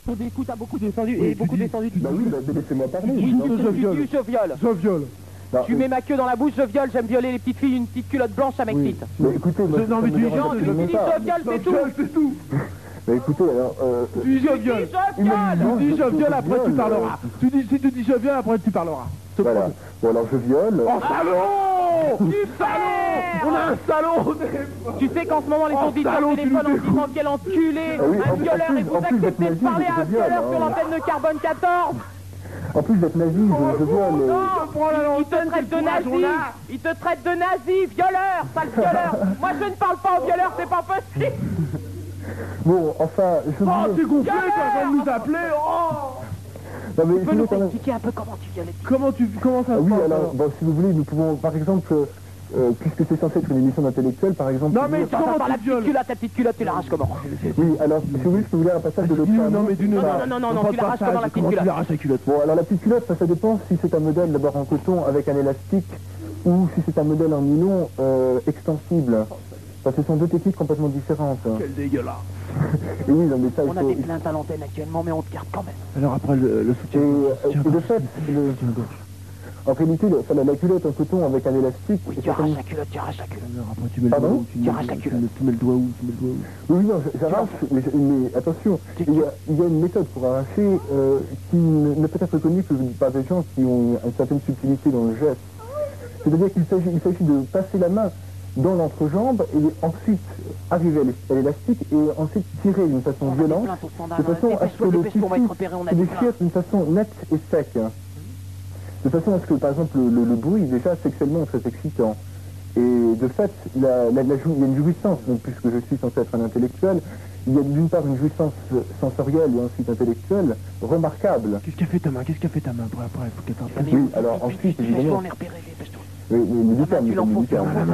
Ton écoute a beaucoup descendu et beaucoup descendu. Bah oui, bah laissez-moi parler. Oui, je viole. Je viole. Tu mets ma queue dans la bouche, je viole. J'aime violer les petites filles, une petite culotte blanche, ça m'excite. Mais écoutez, moi, Non, mais tu dis je viole, c'est tout. Bah écoutez, alors... Tu dis je viole. Tu dis je viole, après tu parleras. Si tu dis je viole, après tu parleras. Voilà. Bon alors je viole... Oh salaud! Du salaud! On a un salaud! Tu sais qu'en ce moment les auditeurs au téléphone en disant quel enculé, un violeur, et vous acceptez de parler à un violeur sur l'antenne de Carbone 14? En plus d'être nazi, je viole... Il te traite de nazi. Il te traite de nazi, violeur, sale violeur. Moi je ne parle pas aux violeurs, c'est pas possible. Bon, enfin, je... Oh, tu gonflé quand on nous appelait. Oh! Non, mais Tu peux nous expliquer un peu comment tu violais? Comment ça se oui, passe? alors, bon, si vous voulez, nous pouvons, par exemple, puisque c'est censé être une émission d'intellectuel, par exemple... Non, mais comment la tu violes? petite culotte, tu l'arraches comment? Oui, alors, si vous voulez, je peux vous lire un passage de l'autre femme. Non, mais d'une... Non, tu l'arraches comment la petite culotte? Tu l'arraches la culotte? Bon, alors la petite culotte, ça dépend si c'est un modèle d'abord en coton avec un élastique ou si c'est un modèle en nylon extensible. Parce que ce sont deux techniques complètement différentes. Quel dégueulasse. Et oui, non, mais ça, On a des plaintes à l'antenne actuellement, mais on te garde quand même. Alors après le soutien... Et de fait, en réalité, la culotte en coton avec un élastique... Oui, tu arraches la culotte, tu arraches la culotte. Alors après tu mets le Pardon? doigt où? Tu arraches la culotte. Tu mets le doigt où? Oui, non, j'arrache, mais attention, il y a une méthode pour arracher qui ne peut être connue que par des gens qui ont une certaine subtilité dans le geste. C'est-à-dire qu'il s'agit de passer la main dans l'entrejambe et ensuite arriver à l'élastique et ensuite tirer d'une façon violente, de façon à ce que le tissu se déchire d'une façon nette et sec. De façon à ce que, par exemple, le bruit est déjà sexuellement très excitant. Et de fait, il y a une jouissance, donc, puisque je suis censé être un intellectuel, il y a d'une part une jouissance sensorielle et ensuite intellectuelle remarquable. Qu'est-ce qu'a fait ta main? Après, il faut qu'elle t'en... Oui, alors ensuite, évidemment... Oui, tu l'enfonces,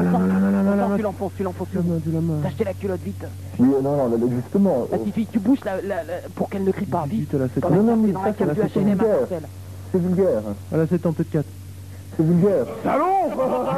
tu l'enfonces. T'as acheté la culotte vite. Oui, non, justement... La petite fille, tu bouges pour qu'elle ne crie pas, vite. Non, mais ça, c'est vulgaire. C'est vulgaire. Elle a 7 ans, peut-être 4. C'est vulgaire. Salaud!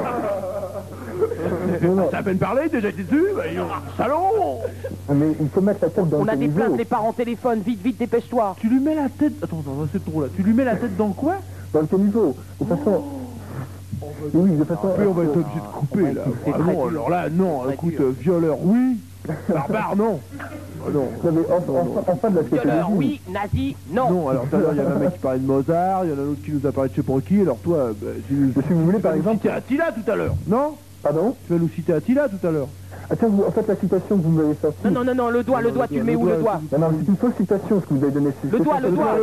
Non. T'as à peine parlé, déjà été dessus? Salaud! Mais il faut mettre la tête dans le On a des caniveau. plaintes, les parents téléphonent, vite, dépêche-toi. Tu lui mets la tête... Attends, c'est trop là. Tu lui mets la tête dans quoi? Dans le caniveau. De façon... Oui, de façon... Après, on va être obligé de couper, là. Vraiment, alors là, non. Écoute, violeur, oui. Barbare, non. Non, mais enfin de la Violeur, oui, nazi, non. Non, alors tout à l'heure, il y avait un mec qui parlait de Mozart, il y en a un autre qui nous a parlé de je sais pas qui, alors toi, si vous voulez, par exemple... Tu vas nous citer Attila tout à l'heure, non? Pardon? Tu vas nous citer Attila tout à l'heure. Ah tiens, en fait, la citation que vous m'avez sortie... Non, le doigt, tu le mets où, le doigt? Non, c'est une fausse citation, ce que vous avez donné. Le doigt.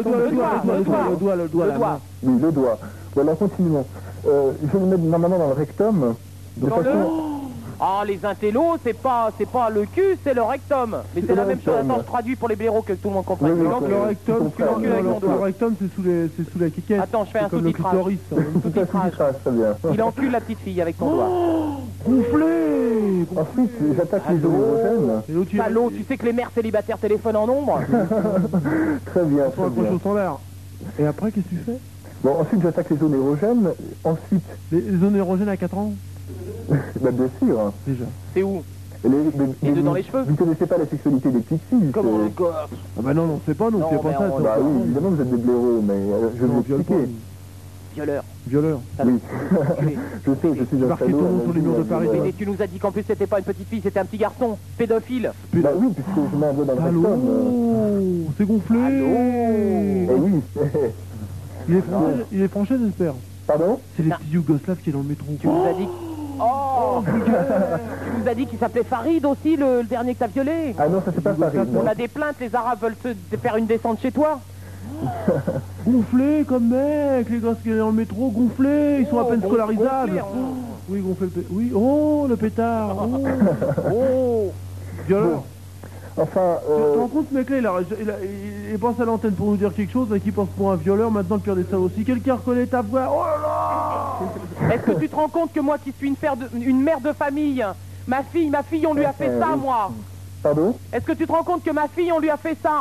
Oui, le doigt. Voilà, continuons. Je vais le mettre normalement dans le rectum, de façon... Ah, les intellos, c'est pas le cul, c'est le rectum. Mais c'est la même chose. Attends, je traduis pour les blaireaux que tout le monde comprenne. Oui, Le rectum, le rectum, c'est sous la quiquette. Attends, je fais un sous-titrage. Très bien. Il encule la petite fille avec ton doigt. Gonflé. Ensuite, j'attaque les hommes. Salaud, tu sais que les mères célibataires téléphonent en nombre? Très bien, Faut très bien. accrocher au standard. Et après, qu'est-ce que tu fais? Bon, ensuite, j'attaque les zones érogènes. Ensuite... Les zones érogènes à 4 ans? Bah, bien sûr. Déjà. C'est où? Les deux dans les cheveux. Vous ne connaissez pas la sexualité des petites filles. Comment le gosse? Ah bah non, c'est pas, non, c'est pas ça. Bah oui, évidemment, vous êtes des blaireaux, mais je vais vous expliquer. Violeur. Oui. Je sais, je suis un marqué ton nom sur les murs de Paris. Et tu nous as dit qu'en plus c'était pas une petite fille, c'était un petit garçon. Pédophile. Bah oui, puisque je mets un doigt dans le rectum. C'est gonflé. Eh oui. Il est français, j'espère. Pardon? C'est les petits Yougoslaves qui est dans le métro. Tu nous as dit... Oh, tu nous as dit qu'il s'appelait Farid aussi, le dernier que t'as violé. Ah non, ça c'est pas Farid. On a des plaintes, les Arabes veulent se faire une descente chez toi. Gonflé comme mec, les gosses qui sont dans le métro, gonflés, ils sont à peine scolarisables. Oui, gonflé le pétard. Oui, oh, le pétard. Oh. Violeur. Enfin, Tu te rends compte, ce mec-là, il pense à l'antenne pour nous dire quelque chose, mais qui pense pour un violeur, maintenant le pire des salauds. Si quelqu'un reconnaît ta voix, oh là là. Est-ce que tu te rends compte que moi qui suis une mère de famille, ma fille, on lui a fait ça, moi. Pardon? Est-ce que tu te rends compte que ma fille, on lui a fait ça?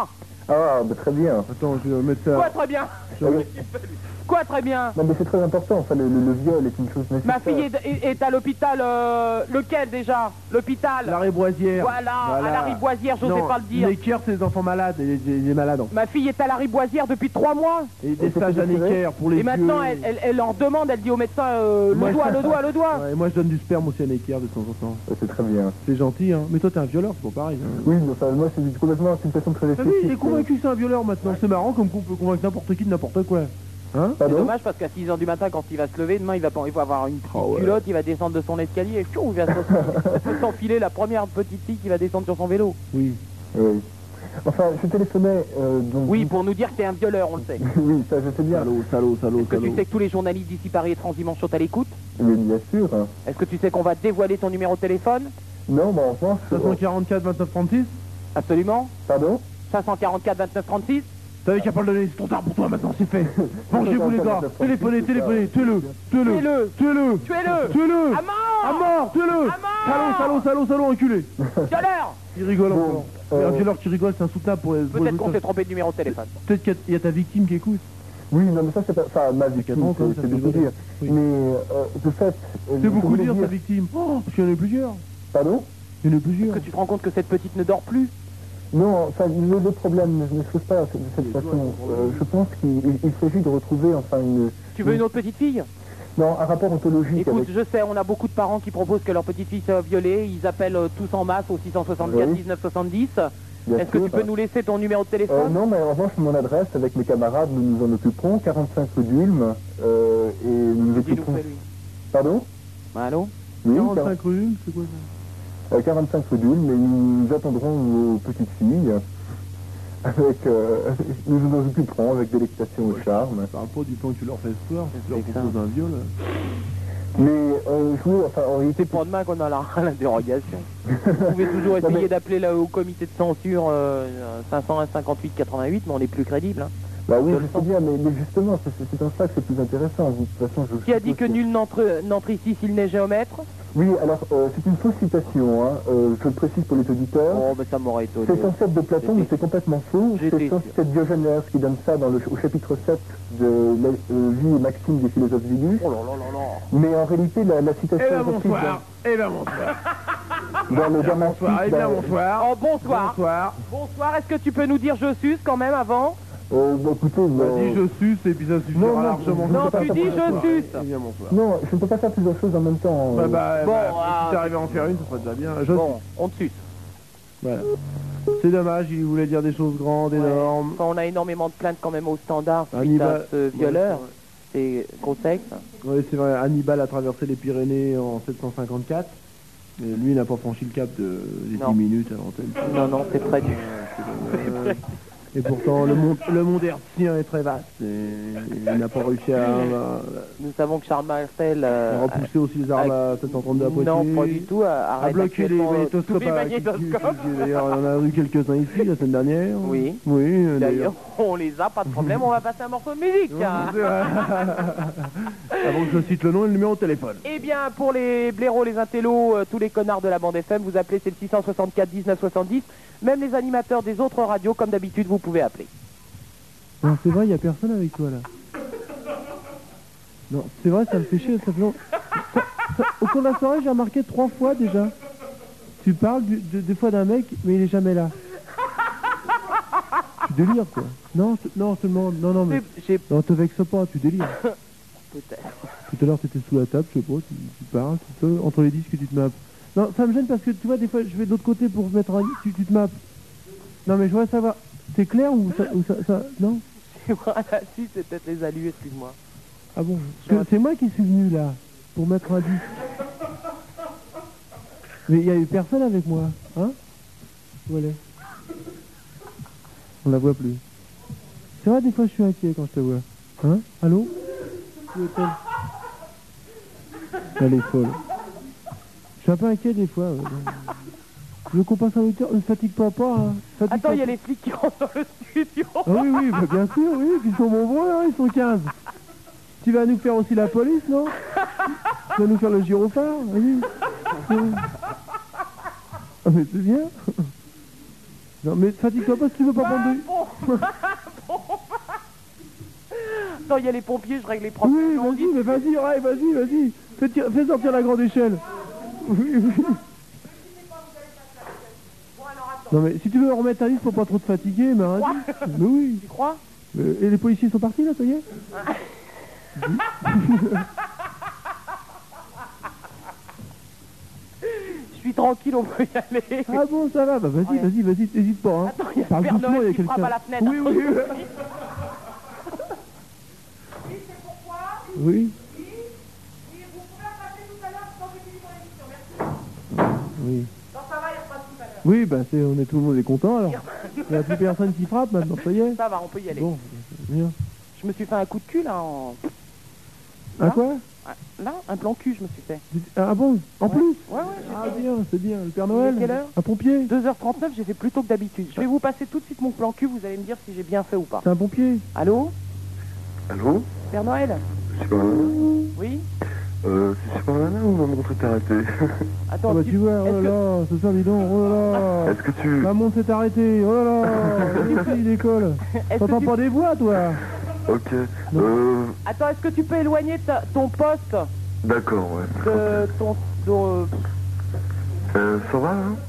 Ah, bah, très bien. Attends, je vais mettre ça... Quoi, très bien? Quoi, très bien? Non, mais c'est très important. Enfin, le viol est une chose nécessaire. Ma fille est à l'hôpital, lequel déjà? L'hôpital? La Riboisière. Voilà, à la Riboisière, j'osais pas le dire. Necker, c'est les enfants malades, les malades. Ma fille est à la Riboisière depuis 3 mois. Et des stages à Necker pour les Et maintenant, vieux. elle leur demande, elle dit au médecin, Moi, le doigt. Ouais, moi je donne du sperme aussi à Necker de temps en temps. C'est très bien. C'est gentil, hein. Mais toi t'es un violeur, c'est pas pareil. Hein. Oui, mais enfin, moi, c'est complètement une façon très Ah oui, il est convaincu que c'est un violeur maintenant. C'est marrant comme qu'on peut convaincre n'importe qui de n'importe quoi. Hein? C'est dommage parce qu'à 6h du matin, quand il va se lever, demain il va avoir une petite culotte, il va descendre de son escalier et il va s'enfiler la première petite fille qui va descendre sur son vélo. Oui. Oui. Enfin, je téléphonais donc... Oui, pour nous dire que t'es un violeur, on le sait. Oui, ça je sais bien. Salaud. Est-ce que tu sais que tous les journalistes d'ici Paris et Transdimanche sont à l'écoute? Oui, bien sûr. Est-ce que tu sais qu'on va dévoiler ton numéro de téléphone? Non, mais en revanche... 544 29 36. Absolument. Pardon? 544 29 36. T'avais qu'à pas le donner, c'est trop tard pour toi maintenant, c'est fait. Mangez-vous les gars, téléphonez, tuez-le. À mort. Tuez-le. Salaud, enculé. Violeur. Il rigole encore. Un violeur qui rigole, c'est insoutenable pour les... Peut-être qu'on s'est trompé de numéro de téléphone. Peut-être qu'il y a ta victime qui écoute. Oui, non, mais ça c'est pas... Enfin, ma victime, c'est beaucoup dire. Oui. Mais, de fait... C'est beaucoup dire, ta victime. Oh, parce qu'il y en a plusieurs. Pardon? Il y en a plusieurs. Est-ce que tu te rends compte que cette petite ne dort plus? Non, enfin, le problème ne se pose pas de cette façon. Je pense qu'il s'agit de retrouver, enfin, une... Tu veux une autre petite fille? Non, un rapport ontologique. Écoute, avec... je sais, on a beaucoup de parents qui proposent que leur petite fille soit violée. Ils appellent tous en masse au 664 19 70. Est-ce que tu peux nous laisser ton numéro de téléphone? Non, mais en revanche, mon adresse, avec mes camarades, nous nous en occuperons. 45 rue d'Ulm. Et nous nous occuperons... Pardon? Allô? Oui, 45 rue, c'est quoi ça? 45 rue d'Ulm, mais nous attendrons nos petites filles. Avec, nous nous en occuperons avec délectation au charme. Parle pas du temps que tu leur fais ce soir, tu leur proposes un viol. Mais je voulais, enfin, en réalité... C'est pour demain qu'on a la dérogation. Vous pouvez toujours essayer d'appeler là au comité de censure 501 58 88, mais on est plus crédible. Hein. Bah oui, je sais bien, mais justement, c'est en ça que c'est plus intéressant. De toute façon, Qui a dit que nul n'entre ici s'il n'est géomètre? Oui, alors, c'est une fausse citation, hein. Je le précise pour les auditeurs. Oh, ben ça m'aurait étonné. C'est censé être de Platon, mais c'est complètement faux. C'est censé être Diogène qui donne ça au chapitre 7 de la vie et maxime des philosophes illustres. Oh là là là là. Mais en réalité, la citation... Eh ben bonsoir. Dans le gamin... Eh bien bonsoir. Oh, bonsoir. Bonsoir, est-ce que tu peux nous dire je suce quand même avant? Bah écoutez... Vas-y, je suce et puis ça suffira largement. Non, tu dis je suce. Non, je ne peux pas faire plusieurs choses en même temps. Bon, si t'arrivais à en faire une, ça serait déjà bien. Bon, on te suce. Voilà. C'est dommage, il voulait dire des choses grandes, énormes. Quand on a énormément de plaintes quand même au standard suite à ce violeur, c'est gros sexe. Oui, c'est vrai, Hannibal a traversé les Pyrénées en 754. Mais lui, il n'a pas franchi le cap des 10 minutes à l'antenne. Non, c'est très dur. Et pourtant, le monde hertzien est très vaste. Et il n'a pas réussi à... Nous savons que Charles Martel... repousser aussi les armes à 732 à Poitiers. Non, pas du tout. A bloqué les magnétoscopes. D'ailleurs, on en a eu quelques-uns ici la semaine dernière. Oui. D'ailleurs, on les a, pas de problème. On va passer un morceau de musique. Avant que je cite le nom et le numéro de téléphone. Eh bien, pour les blaireaux, les intellos, tous les connards de la bande FM, vous appelez, c'est le 664 19 70. Même les animateurs des autres radios, comme d'habitude, vous pouvez appeler. Non, c'est vrai, il n'y a personne avec toi, là. Non, c'est vrai, ça me fait chier. Au cours de la soirée, j'ai remarqué 3 fois, déjà. Tu parles des fois d'un mec, mais il est jamais là. Tu délires, quoi. Non, je te demande. Non, mais... Non, te vexe pas, tu délires. Peut-être. Tout à l'heure, tu étais sous la table, je sais pas, tu parles, entre les disques, tu te mappes. Non, ça me gêne parce que, tu vois, des fois, je vais de l'autre côté pour mettre un... Tu te mappes. Non, mais je voudrais savoir, c'est clair ou ça... Non? Si, c'est peut-être les alus, excuse-moi. Ah bon? C'est moi qui suis venu, là, pour mettre un disque. Mais il n'y a eu personne avec moi, hein? Où elle est? On la voit plus. C'est vrai, des fois, je suis inquiet quand je te vois. Hein? Allô? Où est-elle? Elle est folle. Je suis un peu inquiet des fois. Je veux qu'on passe en hauteur. Ne fatigue pas, hein. Attends, il y a les flics qui rentrent dans le studio. Ah oui, bah bien sûr, oui. Ils sont nombreux, hein, ils sont 15. Tu vas nous faire aussi la police, non? Tu vas nous faire le gyrophare? Oui. Ah mais c'est bien. Non mais fatigue-toi pas si tu veux pas prendre de... Attends, il y a les pompiers, je règle les problèmes. Oui, vas-y, mais vas-y, ouais, vas-y. Fais sortir la grande échelle. Oui. Non mais si tu veux remettre ta liste pour pas trop te fatiguer, mais hein, mais oui. Tu crois? Et les policiers sont partis là, ça y est? Je suis tranquille, on peut y aller. Ah bon, ça va, bah vas-y, Ouais. vas-y, t'hésites pas. Hein. Attends, il y a Parle Père doucement, Noël il y a qui frappe quelqu'un. à la fenêtre. Oui. Oui. Oui. Oui, bah on est tout le monde est content alors. Il n'y a plus personne qui frappe maintenant, ça y est. Ça va, on peut y aller. Bon, bien. Je me suis fait un coup de cul là en... Ah quoi? Là, un plan cul je me suis fait. Ah bon? En plus? Ouais, Ah bien, c'est bien. Le Père Noël? Quelle heure? Un pompier? 2h39, j'ai fait plus tôt que d'habitude. Je vais vous passer tout de suite mon plan cul, vous allez me dire si j'ai bien fait ou pas. C'est un pompier? Allô? Allô? Père Noël? Superman? Oui? C'est Superman ou maman s'est arrêtée? Attends, Ah bah tu vois, oh là là, c'est ça, dis donc, oh là là. Est-ce que tu... Maman s'est arrêtée, oh là là. C'est l'école. Est-ce T'entends que pas des voix, toi? Ok. Attends, est-ce que tu peux éloigner ton poste D'accord, ouais. de ton... Ça va, hein?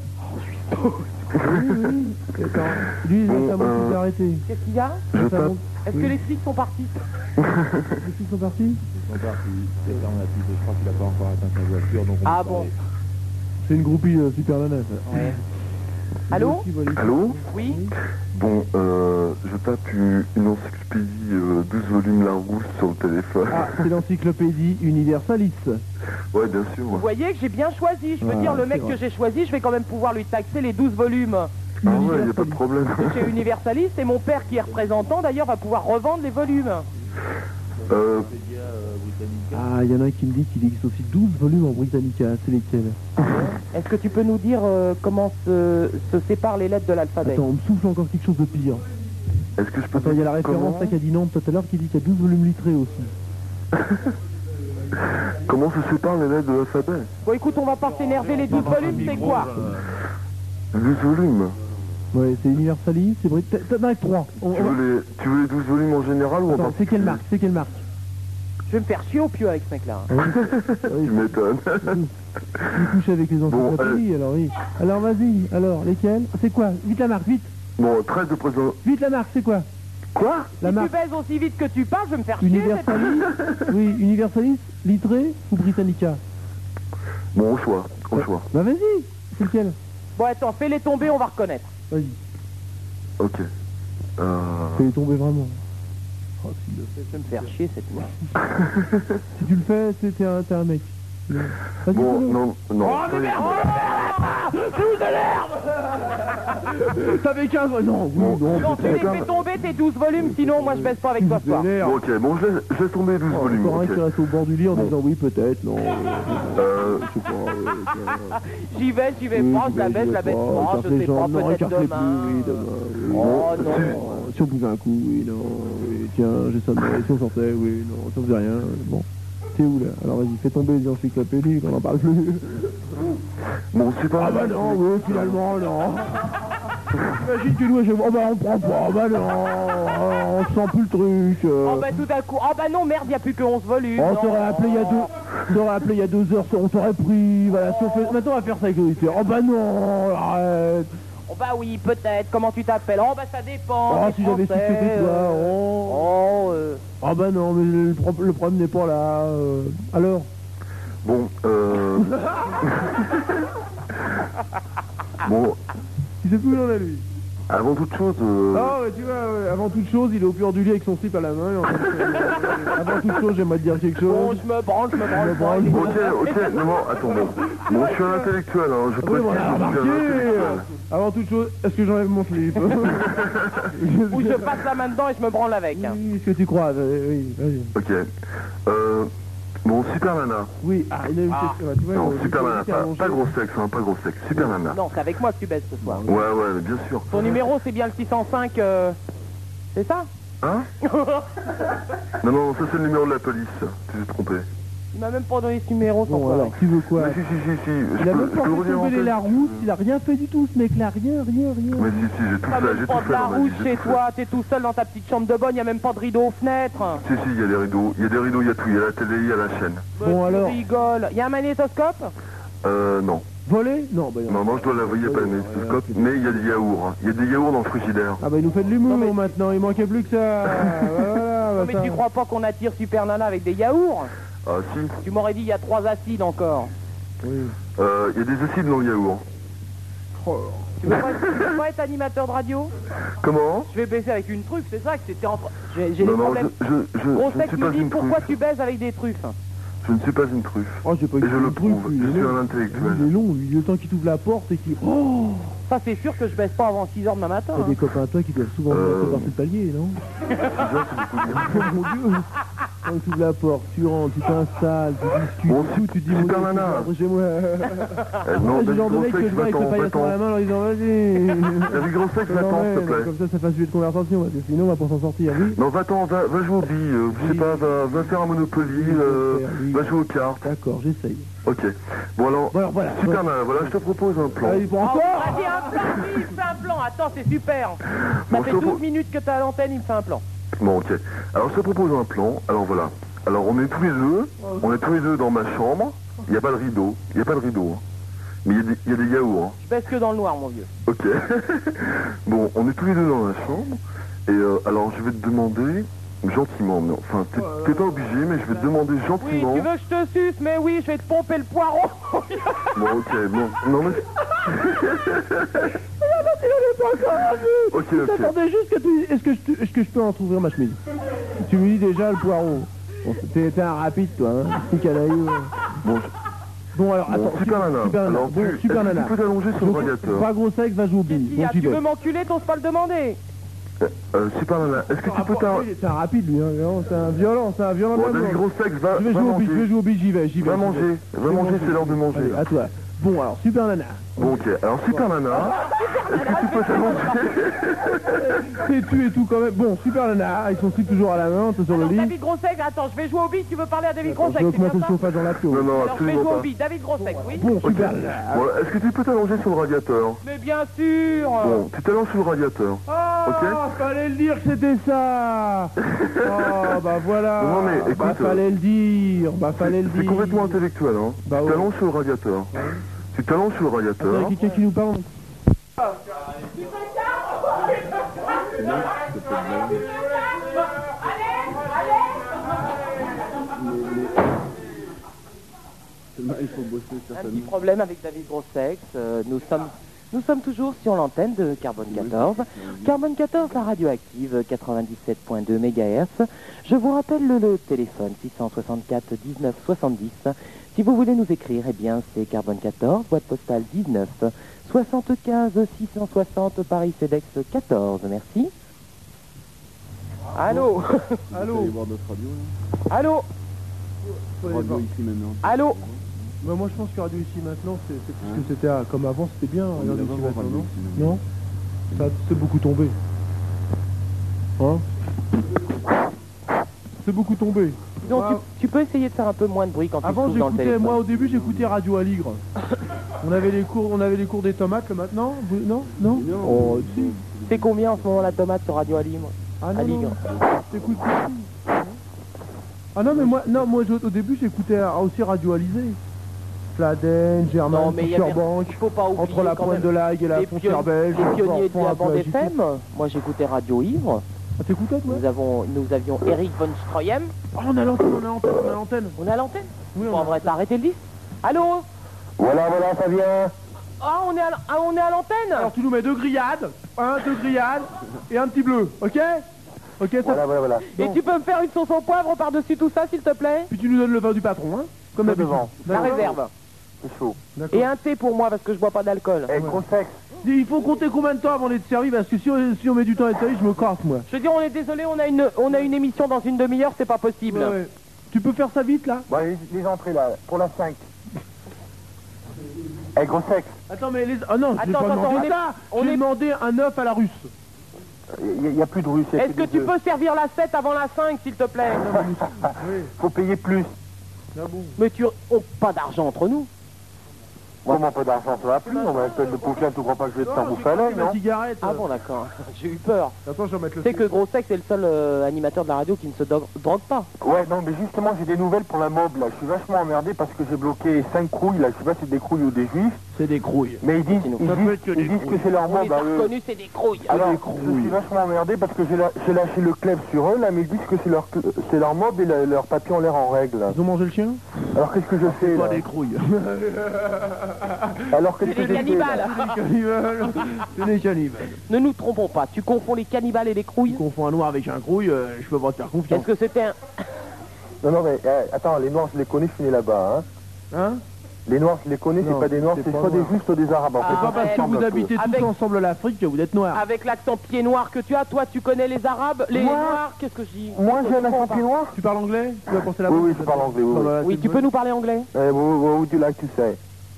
Oui. D'accord. Lui, Bon, sa maman s'est arrêtée. Qu'est-ce qu'il y a? Je Sa tape. maman- Est-ce Oui. que les flics sont partis? Les filles sont partis? Ils sont partis. Stéphane a dit, je crois qu'il n'a pas encore atteint sa voiture, donc on Ah peut bon. parler. C'est une groupie super nana, ça. Ouais. Allô? Allô? Oui? Bon, je tape une encyclopédie 12 volumes Larousse sur le téléphone. Ah, c'est l'encyclopédie Universalis. Ouais, bien sûr. Vous voyez que j'ai bien choisi. Je veux Ah, dire, le c'est mec vrai. que j'ai choisi, je vais quand même pouvoir lui taxer les 12 volumes Ah ouais, y a pas de problème. chez Universalis. Et mon père, qui est représentant, d'ailleurs, va pouvoir revendre les volumes. Wikipédia britannique. Ah, il y en a un qui me dit qu'il existe aussi 12 volumes en Britannica, c'est lesquels? Est-ce que tu peux nous dire comment se séparent les lettres de l'alphabet? Attends, on me souffle encore quelque chose de pire. Est-ce que je peux... Attends, il y a la référence Comment là qu'a dit Nantes tout à l'heure qui dit qu'il y a 12 volumes litrés aussi. Comment se séparent les lettres de l'alphabet? Bon, écoute, on va pas s'énerver. Les 12 volumes, c'est quoi? 12 volumes. Ouais, c'est Universalis, c'est Britannica. T'en as que 3. Tu veux les 12 volumes en général ou en Attends, c'est quelle particulier? marque? C'est quelle marque? Je vais me faire chier au pieu avec ce mec-là. Tu m'étonnes. Tu couches avec les Bon, encyclopédies, alors oui. Alors vas-y, alors lesquels? C'est quoi? Vite la marque, vite. Bon, 13 de présent... Vite la marque, c'est quoi? Quoi? La Si tu marque baises aussi vite que tu parles, je vais me faire chier. Universalis. Oui, Universalis, litré ou Britannica? Bon, au choix. Au choix. Bah vas-y, c'est lequel? Bon, attends, fais-les tomber, on va reconnaître. Vas-y, Ok. fais-les tomber vraiment. Oh, si, Je vais me faire chier cette fois. si tu le fais, t'es un mec. Vas-y, Bon, fais-le. non, non. Oh, mais merde! Sous de l'herbe! T'avais 15 non, Bon, Non, tu les fais tomber tes 12 volumes, sinon moi je baisse pas avec toi ce soir. Bon, ok, bon, je laisse tomber les 12 volumes, Encore un ok. qui reste au bord du lit en Bon. disant oui, peut-être, non. Je sais pas. J'y vais pas, je la baisse pas, je sais pas, peut-être demain. Oui, demain. Oh Oui. non. Si on buvait un coup, oui, non. Oui, tiens, j'ai ça, si on sortait, oui, non, si on faisait rien. Bon. T'es où là? Alors vas-y, fais tomber les encyclopédies, qu'on n'en parle plus. Bon, c'est pas... Ah bah non, oui, finalement, non. Imagine que nous, oh bah on prend pas, oh bah non, on sent plus le truc. Oh bah tout d'un coup, oh bah non merde, y a plus que 11 volumes. On non. t'aurait appelé il y a 2 heures, on t'aurait pris, voilà, si on fait... Maintenant on va faire ça avec l'auditeur. Oh bah non, arrête. Oh bah oui, peut-être, comment tu t'appelles? Oh bah ça dépend. Oh, t'es si j'avais su que français, c'était toi, oh. Oh, Ah bah non, mais le problème n'est pas là. Alors Bon, Bon, il sait plus où il en est lui. avant toute chose... Ah ouais, tu vois, ouais, avant toute chose, il est au pur du lit avec son slip à la main. Avant toute chose, j'aimerais te dire quelque bon, chose. je me branle. Ok, non, attends, bon, je suis un intellectuel, hein, je Oui, précise, on a je suis un remarqué. intellectuel. Avant toute chose, est-ce que j'enlève mon slip? Ou je passe la main dedans et je me branle avec. Oui, est-ce que tu crois? Oui, vas-y. Ok, bon, Super Nana. Oui, il y a une Ah. question, tu vois, Non, le- Super le- Nana, le- pas gros sexe, hein, pas gros sexe, Super Nana. Non, c'est avec moi que tu baisses ce soir. Ouais, mais bien sûr. Ton numéro, c'est bien le 605, c'est ça? Hein? Non, ça c'est le numéro de la police, tu t'es trompé. Il m'a même pas donné ce numéro sans Bon, quoi. alors, tu veux quoi? Mais si. Il a même Je pas peux le fait redire en tomber tête. la rousse, il a rien fait du tout, ce mec-là, rien. Mais si, j'ai tout T'as fait, même j'ai pas tout de fait. la on m'a dit, rousse j'ai chez tout fait. toi, t'es tout seul dans ta petite chambre de bonne, y a même pas de rideau aux fenêtres. Si, il y a des rideaux, il y a tout, il y a la télé, il y a la chaîne. Bon, alors. Tu rigoles. Y a un magnétoscope? Non. Volé? Non, bah non. Non, je dois l'avouer, il n'y a pas de magnétoscope, mais il y a des yaourts. Hein. Il y a des yaourts dans le frigidaire. Ah bah il nous fait de l'humour Non, mais- maintenant, il manquait plus que ça. Voilà, Non mais ça. tu crois pas qu'on attire Super Nana avec des yaourts? Ah si, Tu m'aurais dit il y a 3 acides encore. Oui. il y a des acides dans le yaourt. Tu veux pas être animateur de radio? Comment? Je vais baiser avec une truffe, c'est ça que c'était en... J'ai des Non, problèmes. je Gros ne sec suis me pas dit une pourquoi truffe. tu baises avec des truffes. Je ne suis pas une truffe. Oh, j'ai pas eu Et je le de truc, prouve, lui, je il est suis long. un Il intellectuel. est long, lui, le temps qu'il t'ouvre la porte et qu'il... Oh, Ça c'est sûr que je baisse pas avant 6h demain matin. t'as hein. des copains à toi qui doivent souvent passer le palier, non? Oh mon Dieu. Quand tu ouvres la porte, tu rentres, tu t'installes, tu discutes, Bon, tout, tu te dis... Super mon Dieu, Nana. rentre chez moi. Non, C'est le genre de mec que je vois avec le paillasson à la main en lui disant vas-y. David Grosset, Non, va-t'en, ouais, s'il te plaît. comme ça fait sujet de conversation, parce que sinon on va pas s'en sortir, oui. Non, va-t'en, va jouer aux billes, je sais pas, va faire un Monopoly, Oui. va jouer aux cartes. D'accord, j'essaye. Ok. Bon alors, Bon alors voilà. Super Nana, voilà, je te propose un plan. Allez, pour Oh, encore. vas-y, un plan, oui, il me fait un plan. Attends, c'est super. Ça Bon, fait je te 12 minutes que t'es à l'antenne, il me fait un plan. Bon, ok. Alors, je te propose un plan. Alors, voilà. Alors, on est tous les deux dans ma chambre. Il n'y a pas de rideau. Il n'y a pas de rideau. Hein. Mais il y a des yaourts. Hein. Je baisse que dans le noir, mon vieux. Ok. Bon, on est tous les deux dans la chambre. Et alors, je vais te demander gentiment. Mais, enfin, t'es pas obligé, mais je vais te demander Oui, gentiment. tu veux que je te suce? Mais oui, je vais te pomper le poireau. Bon, ok. Bon, non, mais... Ok, ok. J'attendais juste que tu... Est-ce que je peux entrouvrir ma chemise? Tu me dis déjà le poireau. Bon, t'es un rapide, toi, hein. Petit canaillou. Bon, Bon, alors, bon, attends. Super Nana. Super Nana. Alors, Bon, est-ce Super que Nana. tu peux t'allonger sur le Donc, radiateur. pas gros sec, va jouer au billes. Qu'est-ce qu'il y Bon, a? tu Tu veux veux. m'enculer, t'oses pas le demander. Super Nana, est-ce que tu peux t'allonger... C'est un rapide, lui, hein. Non, c'est un violent Bon, de la David mort. Grosset, va Je vais jouer au billes, je vais manger. jouer au billes, j'y vais. Va manger, c'est l'heure de manger. Allez, à toi. Bon, alors, Super Nana. Bon, ok. Alors, Super Nana, est-ce que tu peux t'allonger? C'est tu et tout quand même. Bon, Super Nana, ils sont toujours à la main, t'es sur le Alors, lit. David Grossec, attends, je vais jouer au beat, tu veux parler à David Je Grossec, vais c'est bien augmenter le ça? chauffage dans la pion. Non, non, Alors, je vais absolument jouer au pas. beat, David Grossec, oui. Bon, Ok. Super Nana. Bon, est-ce que tu peux t'allonger sur le radiateur? Mais bien sûr. Bon, tu t'allonges sur le radiateur. Oh, Ok. fallait le dire que c'était ça. Oh, bah voilà. Non, mais écoute, bah fallait le dire. Bah fallait le C'est dire. complètement intellectuel, hein. Bah Tu ouais. t'allonges sur le radiateur. Tu t'allonges sur le Il y a radiateur. quelqu'un qui nous parle. Un petit problème avec David Grossex. Nous sommes toujours sur l'antenne de Carbone 14. Carbone 14, la radioactive, 97.2 MHz. Je vous rappelle le téléphone 664 19 70. Si vous voulez nous écrire, eh bien c'est Carbone 14, boîte postale 19 75 660 Paris CEDEX 14. Merci. Allô. Allô. Vous allez voir notre radio, là. Allô. Radio ici maintenant. Allô. Bah, moi je pense que Radio Ici Maintenant, c'est parce que c'était comme avant, c'était bien. On Radio va Ici voir Maintenant, Radio non? Ici maintenant. Non. Ça c'est beaucoup tombé. Hein? C'est beaucoup tombé. Donc Ah. tu peux essayer de faire un peu moins de bruit quand tu Avant souffles dans le j'écoutais, téléphone. moi au début j'écoutais Radio Aligre. on avait les cours des tomates là maintenant. Non? Non? Oh si. C'est combien en ce moment la tomate sur Radio Aligre? Ah non, Aligre. non. T'écoutes plus. Ah non mais moi au début j'écoutais aussi Radio Alizé. Fladen, Germain, Non mais il Bank, faut pas oublier entre la quand pointe même de l'Ague et la les frontière belge. les pionniers de Fort, la un peu bande agité. FM. Moi j'écoutais Radio Ivre. Ah, t'écoutais toi? Nous avions Eric von Stroyem. Oh, on a l'antenne. On est à l'antenne. Oui, Bon, on devrait arrêter le disque. Allô. Voilà, ça vient. Ah on est à l'antenne. Alors tu nous mets deux grillades et un petit bleu, ok? Ok, ça. Voilà. Et tu peux me faire une sauce au poivre par-dessus tout ça s'il te plaît? Puis tu nous donnes le vin du patron, hein? Comme Ça d'habitude. devant. La D'accord. réserve. C'est chaud. D'accord. Et un thé pour moi parce que je bois pas d'alcool. Eh, gros sexe. Il faut compter combien de temps avant d'être servi, parce que si on met du temps à être servi, je me casse, moi. Je veux dire on est désolé, on a une émission dans une demi-heure, c'est pas possible. Ouais. Tu peux faire ça vite, là? Bon, les entrées là, pour la 5. Eh, gros sexe. Attends, mais les... Ah non, j'ai Attends, pas attends, demandé on est- ça. on J'ai est- demandé un œuf à la russe. Il n'y a plus de russe. Est-ce que tu peux servir la 7 avant la 5 s'il te plaît? Faut payer plus. Ah bon. Mais tu n'as pas d'argent entre nous. Comment pas d'argent, ça va plus? On m'appelle de Poufiane, tu crois pas que je vais te faire bouffer à l'œil, ma non? cigarette. Ah bon, d'accord. J'ai eu peur. Attends, je vais mettre le... Tu sais que Gros Sexe est le seul animateur de la radio qui ne se drogue pas. Ouais, non, mais justement, j'ai des nouvelles pour la mob, là. Je suis vachement emmerdé parce que j'ai bloqué 5 crouilles, là. Je sais pas si c'est des crouilles ou des juifs. C'est des crouilles. Mais ils disent, Ça peut être que des ils disent que crouilles. c'est leur On mob les a à eux. reconnus, c'est des crouilles. Alors, des je crouilles. suis vachement emmerdé parce que j'ai lâché le clef sur eux, là, mais ils disent que c'est leur mob et leur papier ont l'air en règle. Ils ont mangé le chien? Alors, qu'est-ce que je fais, Pas là? des crouilles. Alors, qu'est-ce que C'est je des fais, cannibales. là? C'est des cannibales. C'est des cannibales. Ne nous trompons pas, tu confonds les cannibales et les crouilles. Tu confonds un noir avec un crouille, je peux pas te faire confiance. Est-ce que c'était un... Non, non, mais attends, les noirs, je les connais, je suis né là-bas, hein. Hein? Les noirs, je les connais, Non, c'est pas des noirs, c'est c'est pas soit des noir. juifs, soit des arabes. En fait, C'est Ah, pas parce que ensemble vous un peu. habitez tous Avec- ensemble l'Afrique que vous êtes noirs. Avec l'accent pied noir que tu as, toi tu connais les arabes, les Moi noirs, qu'est-ce que je dis? Moi, j'ai un comprends accent pas. pied noir. Tu parles anglais? Tu vas penser la Oui, oui, je parle anglais, oui, oui. Oui, tu peux nous parler anglais? What would you like to say?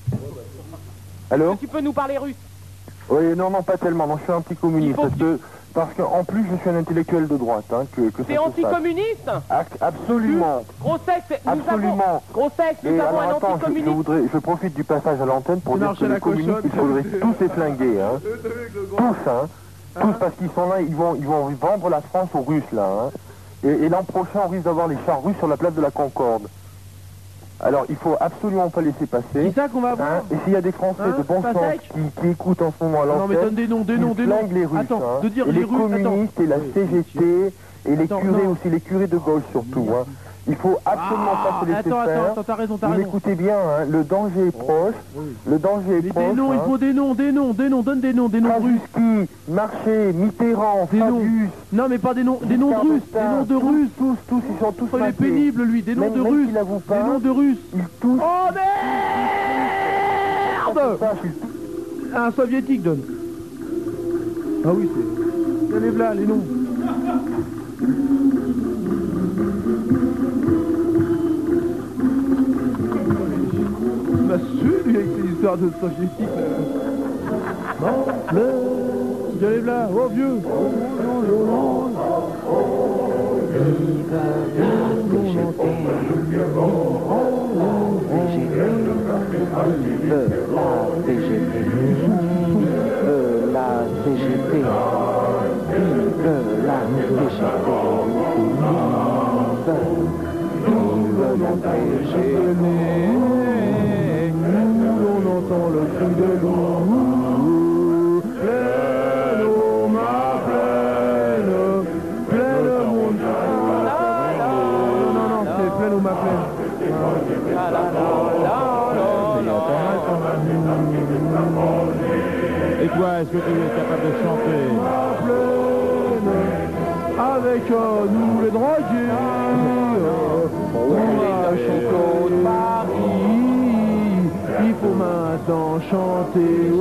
Allô? Tu peux nous parler russe? Oui, non, non, pas tellement. Non, je suis anticommuniste. Il faut Parce qu'en plus, je suis un intellectuel de droite. Hein, que ça T'es se sache. anticommuniste? Absolument. Gros sexe, nous avons... Absolument. Gros sexe, nous Et avons alors, un attends, anticommuniste. je profite du passage à l'antenne pour Tu dire marches que à la les communistes, cochonne. il faudrait tous les flinguer. Hein. Tous, hein. Tous, parce qu'ils sont là, ils vont vendre la France aux Russes, là. Hein. Et l'an prochain, on risque d'avoir les chars russes sur la place de la Concorde. Alors, il faut absolument pas laisser passer. C'est ça qu'on va voir. Hein, et s'il y a des Français Hein, de bon pas sens sec. qui écoutent en ce moment à Non mais l'antenne, donne des noms, des ils noms, des noms. flinguent les Russes. Attends, hein. de dire et les les Russes, communistes et la CGT et les Attends, curés non. aussi, les curés de gauche surtout. Hein. Il faut absolument pas se laisser Attends, faire. attends, t'as raison, t'as Vous raison. m'écoutez bien, hein, le danger est proche. Le danger est Mais proche. des noms, il hein. faut des noms, donne des noms russes. Krajewski, Marché, Mitterrand, Des noms. Fabius, Non mais pas des noms de Giscard russes, des d'Estaing, noms de russes. tous, ils sont tous Oh, il est matés. pénible lui, des noms Même- de même russes. s'il avoue pas. Des noms de russes. Ils tous. Oh merde! Un soviétique donne. Ah oui, c'est... Allez là, les noms. Il m'a su, lui, avec ses histoires de soviétiques. Non, le... Allez là, oh vieux. La CGT, vive la On entend le cri de loup. Pleine, oh ma pleine, pleine mon Dieu. Non, c'est pleine, oh ma pleine. Et toi, est-ce que tu es capable de chanter? Ma pleine, avec nous les drogués, on marche au de Paris, il faut maintenant chanter,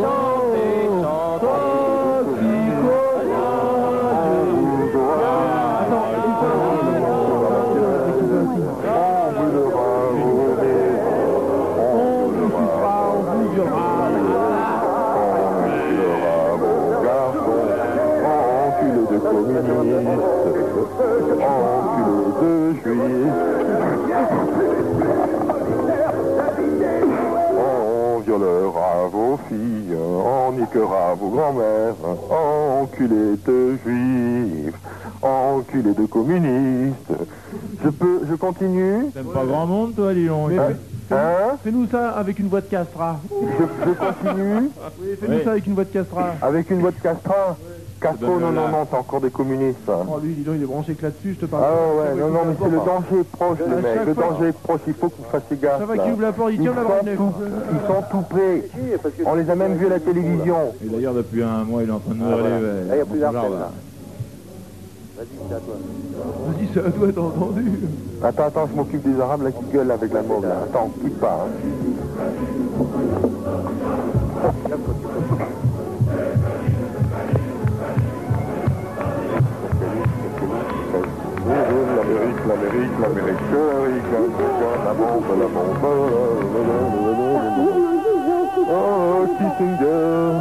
On violera vos filles, on niquera vos grands-mères, enculés de juifs, enculés de communistes. Je continue. T'aimes pas grand monde, toi, dis donc. Hein? Fais-nous ça avec une voix de castra. Je continue Oui, fais-nous ça avec une voix de castra. avec une voix de Castro. Castro, non, non, non, c'est encore des communistes. Ça. Oh lui, dis donc, il est branché que là-dessus, je te parle. Ah ouais, non, non, mais c'est le danger proche, les À mecs. chaque Le fois. danger est proche, il faut qu'ils fassent gaffe. Ça va là. qui ouvre la porte, il tient la barre neuf. Ils sont tout prêts. On les a même vus à la télévision. Et d'ailleurs, depuis un mois, il est en train de me voilà. relever. Là, il y a plus Genre, d'argent, là. là. Vas-y, c'est à toi, t'as entendu. Attends, je m'occupe des Arabes là qui gueulent avec la mauve là. Attends, quitte pas. Hein. L'Amérique, la bombe. Oh, Kissinger,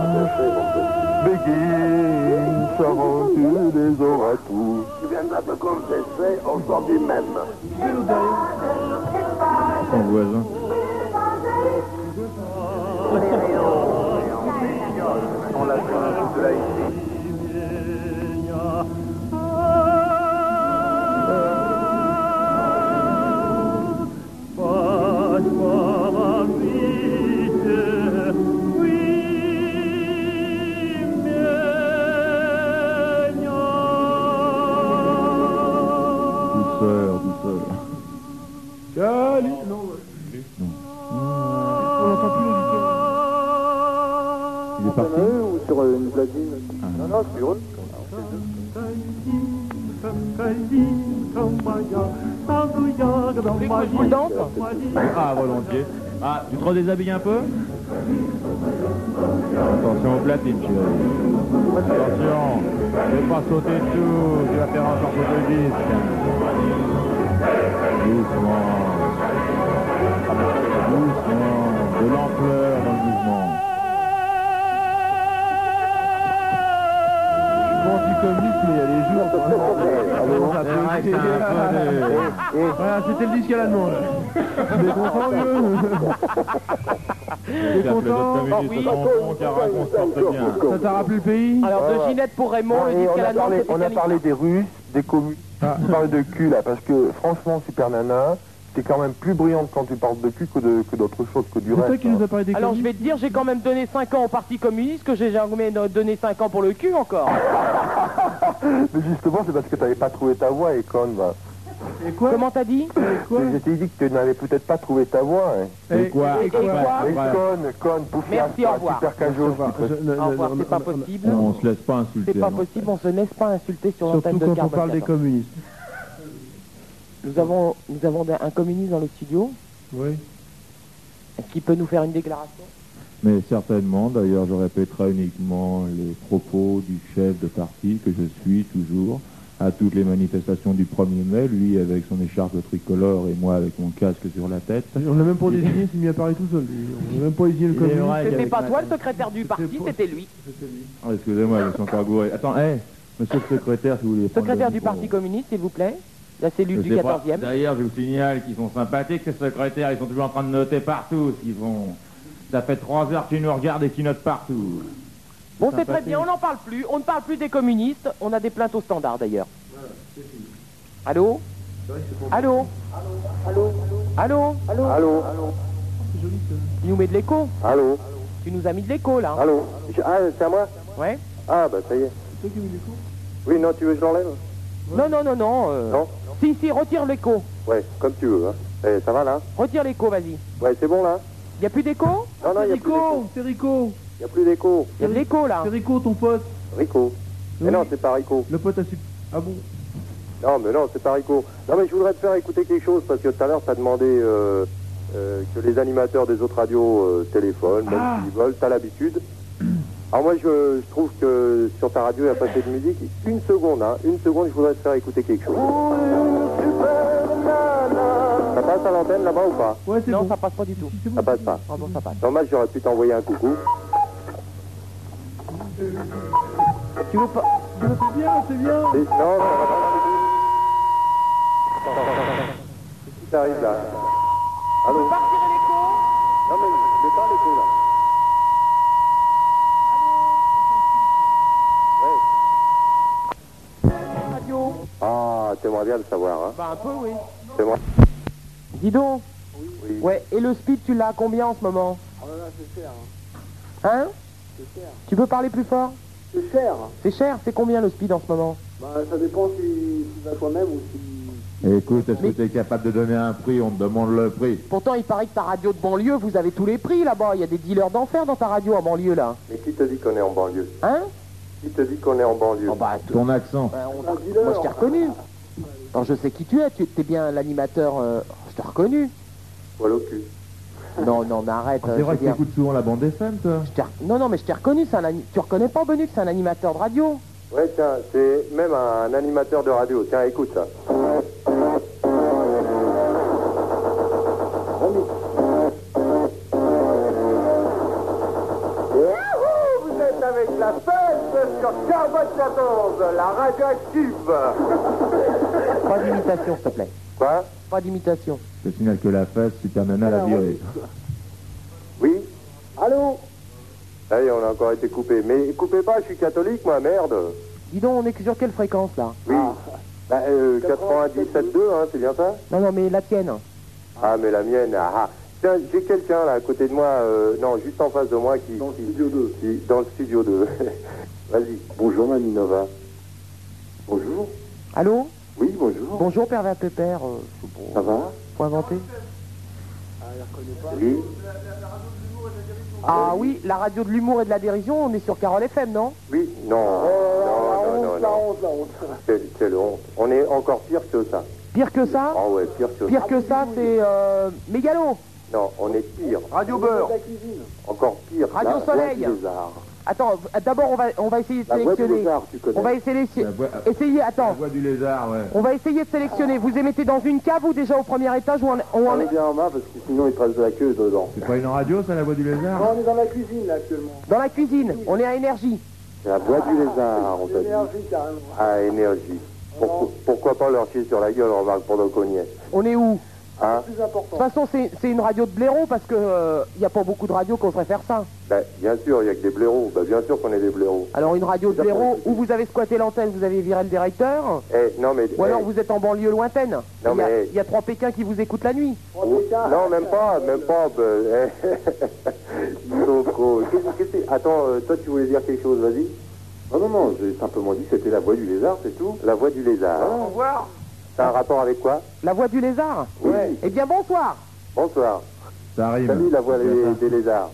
Begin, Charentu, les aura tous. Tu viendras te confesser aujourd'hui même. Fais-nous derrière. son voisin. Douceur. Cali. Non, on n'entend plus l'auditeur. Il est parti. Ou sur une platine? Non, non, c'est drôle. Vous le danse? Ah, volontiers. Ah, tu te redéshabilles un peu? Attention aux platines, chérie. Attention, ne vais pas sauter dessous, tu vas faire encore sauter le disque. Doucement. Doucement. De l'ampleur dans le mouvement. Bon, anticommuniste, mais il y a les jours. Voilà, c'était le disque à la demande. Il est content, vieux. Il est content. Oui. Ça t'a rappelé le pays? Alors, de Ginette pour Raymond, le disque à la demande, On a parlé des Russes, des communes. Tu parles de cul là, parce que franchement, Super Nana, t'es quand même plus brillante quand tu parles de cul que d'autres choses, que du C'est reste. toi qui nous a parlé des Alors je communistes. vais te dire, j'ai quand même donné 5 ans au Parti communiste, que j'ai jamais donné 5 ans pour le cul encore. Mais justement, c'est parce que t'avais pas trouvé ta voix, et conne, va. Et quoi? Comment t'as dit? Quoi? Je t'ai dit que tu n'avais peut-être pas trouvé ta voix. Hein. Et quoi? Et quoi? Et conne, pouffiasse, Merci, au revoir. super cajot. Au revoir, c'est pas possible. Non, on se laisse pas insulter. C'est pas non. possible, on se laisse pas insulter sur Surtout l'antenne de quand on Carbone parle des 14. communistes. Nous avons un communiste dans le studio. Oui. Est-ce qu'il peut nous faire une déclaration? Mais certainement, d'ailleurs, je répéterai uniquement les propos du chef de parti que je suis toujours à toutes les manifestations du 1er mai, lui avec son écharpe tricolore et moi avec mon casque sur la tête. On l'a même pas désigné, il s'est mis à parler tout seul. On n'a même pas désigné le Il est communiste. vrai. C'était avec pas ma toi le tête. secrétaire du parti, c'était lui. Oh, excusez-moi, je suis encore gouré. Attends, monsieur le secrétaire, si vous voulez prendre Secrétaire le du micro. Parti communiste, s'il vous plaît. La cellule Je du sais pas. 14e. D'ailleurs, je vous signale qu'ils sont sympathiques, ces secrétaires. Ils sont toujours en train de noter partout. Ça fait 3 heures qu'ils nous regardent et qu'ils notent partout. Bon, c'est très bien, on n'en parle plus. On ne parle plus des communistes. On a des plaintes au standard, d'ailleurs. Allô? Allô? Allô? Allô? Tu nous mets de l'écho? Allô? Tu nous as mis de l'écho, là. Allô? Ah, c'est à moi? Ouais? Ah, bah ça y est. C'est toi qui mets l'écho? Oui, non, tu veux que je l'enlève? Non. Non? Si, retire l'écho. Ouais, comme tu veux. Hein. Eh, ça va là? Retire l'écho, vas-y. Ouais, c'est bon là? Y a plus d'écho? Non, non, il n'y a plus d'écho. C'est Rico. Il n'y a plus d'écho. Y a de l'écho, là. C'est Rico, ton pote. Rico. Mais Oui. non, c'est pas Rico. Le pote a su... Ah bon? Non, mais non, c'est pas Rico. Non, mais je voudrais te faire écouter quelque chose parce que tout à l'heure, tu as demandé que les animateurs des autres radios téléphonent, même s'ils veulent, t'as l'habitude. Alors moi, je trouve que sur ta radio, il y a pas assez de musique. Une seconde, je voudrais te faire écouter quelque chose. Ça passe à l'antenne là-bas ou pas? Ouais, c'est Non, bon. ça passe pas du tout. C'est bon. Ça passe pas. Ah bon, ça passe. Normal, j'aurais pu t'envoyer un coucou. Tu veux pas... C'est bien, c'est bien. Non, ça va pas. Qu'est-ce qui t'arrive là? Allô? Pas retirer l'écho? Non mais je mets pas l'écho là. Ouais. Radio? Ah, t'aimerais bien le savoir, hein? Bah, un peu, oui. C'est moi. Dis donc. Oui. Ouais, et le speed, tu l'as à combien en ce moment? Oh là là, c'est cher. Hein? C'est cher. Tu peux parler plus fort? C'est cher. C'est cher, c'est combien le speed en ce moment? Bah, ça dépend si tu vas toi-même ou si... Écoute, est-ce que tu es capable de donner un prix? On te demande le prix. Pourtant, il paraît que ta radio de banlieue, vous avez tous les prix là-bas. Il y a des dealers d'enfer dans ta radio en banlieue, là. Mais qui te dit qu'on est en banlieue? Hein? Qui te dit qu'on est en banlieue? Oh, bah, Ton accent. moi, je t'ai reconnu. Alors, je sais qui tu es. Tu es bien l'animateur... Je t'ai reconnu. Voilà au cul. Non, mais arrête. C'est vrai je que veux tu écoutes souvent la bande FM, toi. Non, mais je t'ai reconnu. Tu reconnais pas, Bonu, que c'est un animateur de radio? Ouais, tiens, c'est même un animateur de radio. Tiens, écoute ça. Yahoo! Vous êtes avec la fête sur Carbone 14, la radioactive. 3 imitations, s'il te plaît. Quoi? Pas d'imitation. Je signale que la fesse supernana l'a viré. Oui? Allô? Allez, on a encore été coupé. Mais coupez pas, je suis catholique, moi, merde. Dis donc, on est sur quelle fréquence là? Oui. Bah, 97.2, hein, c'est bien ça? Non, non, mais la tienne. Ah, mais la mienne, Tiens, j'ai quelqu'un là à côté de moi, non, juste en face de moi qui... Dans le studio 2. Dans le studio 2. Vas-y. Bonjour, Mamie Nova. Bonjour. Allô? Oui, bonjour. Bonjour, Pervers Pépère. Ça va? Faut inventer. Oui. Ah oui, la radio de l'humour et de la dérision, on est sur Carole FM, non? Oui, non. Non. Quelle honte. On est encore pire que ça. Pire que ça? Ah ouais, pire que ça. Pire que ça, c'est Mégalo. Non, on est pire. Radio Beurre. Encore pire. Radio La Soleil. Voix du lézard. Attends, d'abord on va essayer de La Voix du sélectionner. lézard, tu connais. On va essayer, La attends. voix du lézard, ouais. On va essayer de sélectionner. Vous émettez dans une cave ou déjà au premier étage ou On est bien en bas parce que sinon il trace de la queue dedans. C'est pas une radio, ça, la voix du lézard? On est dans la cuisine là actuellement. dans la cuisine? On est à énergie. C'est la Voix du lézard, on t'a dit. Énergie carrément. Ah, énergie. Pourquoi pas leur chier sur la gueule, remarque, pendant qu'on y est. On est où? Hein? Plus De important. toute façon, c'est une radio de blaireau parce que il n'y a pas beaucoup de radios qui oseraient faire ça. Ben, bien sûr, il n'y a que des blaireaux. Ben, bien sûr qu'on est des blaireaux. Alors une radio de blaireau où vous avez squatté l'antenne, vous avez viré le directeur, Non, mais... ou alors vous êtes en banlieue lointaine. Non, mais- Il y a 3 Pékins qui vous écoutent la nuit. Non, même pas. Ils sont trop... Attends, toi, tu voulais dire quelque chose, vas-y. Non, j'ai simplement dit que c'était la voix du lézard, c'est tout. La voix du lézard. Au revoir. Ça a un rapport avec quoi? La voix du lézard? Oui. Eh bien bonsoir. Bonsoir. Ça arrive. Salut, la voix des lézards.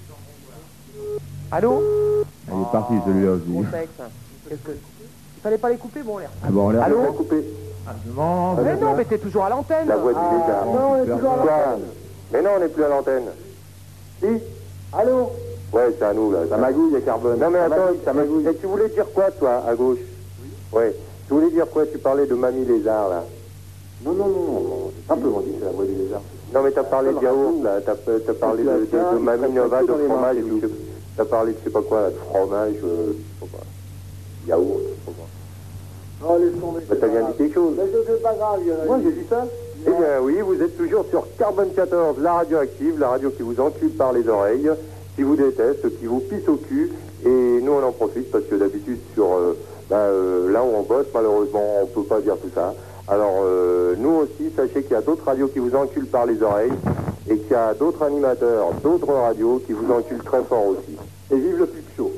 Allô? Il est parti, celui-là Gros aussi. sexe. Qu'est-ce que... Il fallait pas les couper, bon l'air. Ah bon, on l'a Allô? On a coupé. Mais non, mais t'es toujours à l'antenne. La voix du lézard. Non, on est toujours à Quoi? l'antenne. Mais non, on n'est plus à l'antenne. Si? Allô? Ouais, c'est à nous, là. Ça magouille, il y a Carbone. Non, mais attends, ça magouille. Et tu voulais dire quoi, toi, à gauche? Oui. Ouais. Tu voulais dire quoi? Tu parlais de Mamie Lézard, là. Non. J'ai simplement dit que c'est la voix du lézard. Non, mais t'as parlé de yaourt, là. T'as parlé de Mamie Nova, de fromage, et tout. T'as parlé de je sais pas quoi, là, de fromage, je sais pas quoi. Yaourt, je sais pas quoi. Oh, laisse tomber. Bah, t'as bien dit quelque chose. Mais c'est pas grave, Moi, j'ai dit ça. Eh bien, oui, vous êtes toujours sur Carbone 14, la radio active, la radio qui vous encule par les oreilles, qui vous déteste, qui vous pisse au cul. Et nous, on en profite parce que d'habitude, sur là où on bosse, malheureusement, on peut pas dire tout ça. Alors, nous aussi, sachez qu'il y a d'autres radios qui vous enculent par les oreilles et qu'il y a d'autres animateurs, d'autres radios qui vous enculent très fort aussi. Et vive le pub show.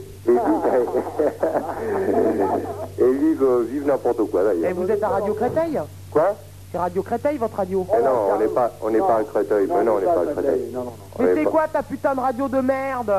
Et vive n'importe quoi, Et d'ailleurs. vous êtes à Radio Créteil? Quoi? C'est Radio Créteil, votre radio? Mais non, on n'est pas à Créteil. Mais non, on n'est pas à Créteil. Non. Mais c'est quoi ta putain de radio de merde?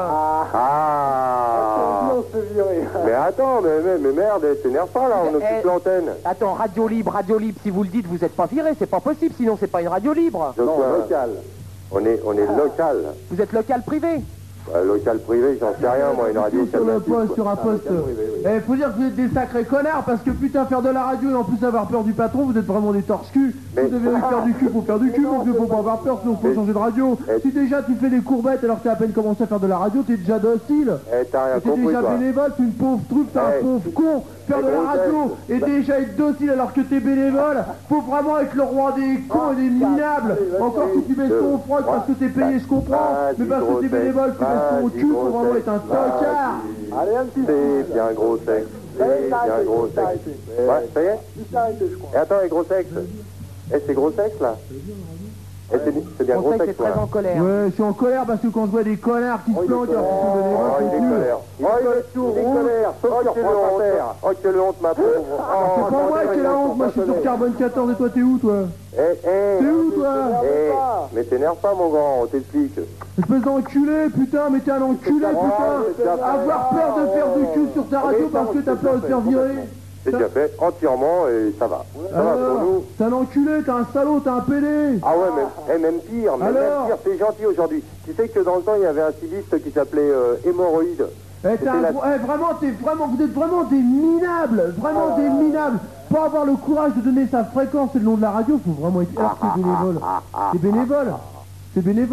Ah! On se virer. Mais attends, mais merde, t'énerve pas là, on occupe l'antenne. Attends, radio libre, si vous le dites, vous êtes pas viré, c'est pas possible, sinon c'est pas une radio libre. Non, local. On est local. Vous êtes local privé. Local privé, j'en sais rien, moi, une radio. Sur le poste, sur un poste. Faut dire que vous êtes des sacrés connards parce que putain, faire de la radio et en plus avoir peur du patron, vous êtes vraiment des torse-cul. Mais- Vous devez faire du cul, faut faire du cul, mon vieux, faut pas avoir peur, sinon faut changer de radio. Si déjà tu fais des courbettes alors que t'as à peine commencé à faire de la radio, t'es déjà docile. T'as rien T'es compris, déjà toi. bénévole, t'es une pauvre truffe, t'es un pauvre con. Faire de la radio et déjà être docile alors que t'es bénévole, faut vraiment être le roi des cons et des minables. Encore si tu baisses ton froid parce que t'es payé, je comprends. Mais parce que t'es bénévole, tu baisses ton cul, faut vraiment être un tocard. Allez, un petit C'est bien gros sexe. C'est bien gros sexe. Ouais, ça y est? Juste arrêté, je crois. Et attends, et gros sexe. C'est gros sexe, là? C'est bien gros Conseil, c'est sexe, très là. en colère. Ouais, je suis en colère parce que quand je vois des connards qui se planquent alors qu'ils sont Oh, bénévoles, il est c'est nul. colère. Oh, il est tout colère. Oh, quelle honte. Oh, quelle honte, ma pauvre. C'est pas moi qui ai la honte, moi je suis sur Carbone 14 et toi t'es où toi? T'es où toi? Mais t'énerve pas, mon grand, on t'explique. Espèce d'enculé, putain, mais t'es un enculé, putain. Avoir peur de faire du cul sur ta radio parce que t'as peur de te faire virer. C'est déjà fait entièrement et ça va. Ça va pour Alors, nous. t'es un enculé, t'es un salaud, t'es un pédé. Ah ouais, mais même pire, même Alors pire, t'es gentil aujourd'hui. Tu sais que dans le temps, il y avait un styliste qui s'appelait Hémorroïde. Vraiment, vous êtes vraiment des minables, vraiment des minables. Pour avoir le courage de donner sa fréquence et le nom de la radio, faut vraiment être... Alors que c'est bénévole. C'est bénévole. C'est bénévole.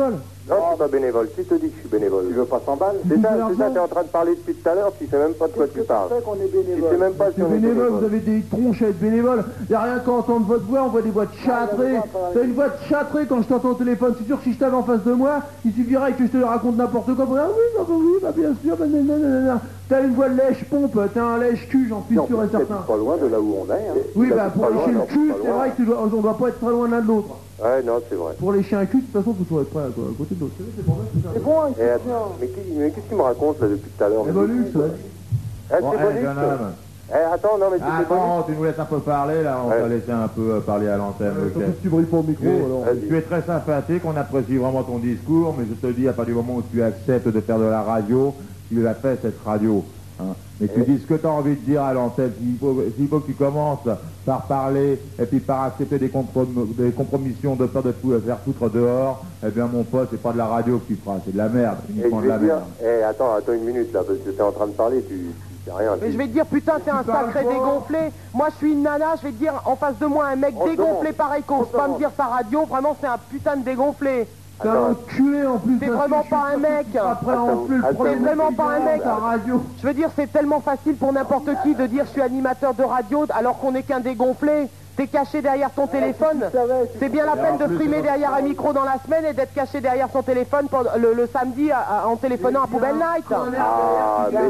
Non, je suis pas bénévole. Qui te dit que je suis bénévole? Tu veux pas 100 balles? C'est ça, t'es en train de parler depuis tout à l'heure, tu sais même pas de quoi tu parles. qu'on est bénévole. Tu sais même pas si C'est on est bénévole, vous bénévole. avez des tronches à être bénévole. Y a rien qu'à entendre votre voix, on voit des voix de châtrées. T'as une voix de châtrée quand je t'entends au téléphone. C'est sûr que si je t'avais en face de moi, il suffirait que je te raconte n'importe quoi. Ah oui, bah bien sûr, bah nanana. T'as une voix de lèche-pompe, t'as un lèche-cul, j'en suis Non, sûr et tu certain. pas loin de là où on est. Hein. Oui, Il bah habite pour pas lécher loin, le non, cul, pas c'est loin. vrai on doit pas être très loin l'un de l'autre. Ouais, non, c'est vrai. Pour lécher un cul, de toute façon, faut toujours être prêt à côté de l'autre. C'est pour ça. C'est bon, hein, Mais qu'est-ce qu'il me raconte là depuis tout à l'heure? Eh ben, Lux, ouais. Eh, Bon, c'est Bonux? jeune homme. Attends, non, mais c'est Bonux. Attends, tu nous laisses un peu parler, là, on Ouais. va laisser un peu parler à l'antenne. ok. Surtout si tu brilles pas au micro, alors. Tu es très sympathique, on apprécie vraiment ton discours, mais je te dis, à partir du moment où tu acceptes de faire de la radio, tu la fais cette radio. Hein. Mais tu dis ce que tu as envie de dire à l'antenne. S'il faut que tu commences par parler et puis par accepter des compromissions de peur de faire foutre dehors, eh bien mon pote, c'est pas de la radio que tu feras, c'est de la merde, Et uniquement je de vais la dire, merde. attends une minute là, parce que t'es en train de parler, tu sais rien. Mais je vais te dire, putain, c'est un sacré dégonflé. Moi, je suis une nana, je vais te dire, en face de moi, un mec On dégonflé demande. pareil qu'on se pas me dire sa radio, vraiment, c'est un putain de dégonflé. T'es un enculé en plus. C'est ça, vraiment je suis pas un sûr que mec. tu seras prêt à enfler le C'est premier vraiment mec pas un qui mec. vient à la radio. Je veux dire, c'est tellement facile pour n'importe qui de dire je suis animateur de radio alors qu'on n'est qu'un dégonflé. T'es caché derrière ton téléphone. C'est bien la peine de frimer derrière un micro dans la semaine et d'être caché derrière son téléphone le samedi en téléphonant à Poubelle Night. Ah, mais...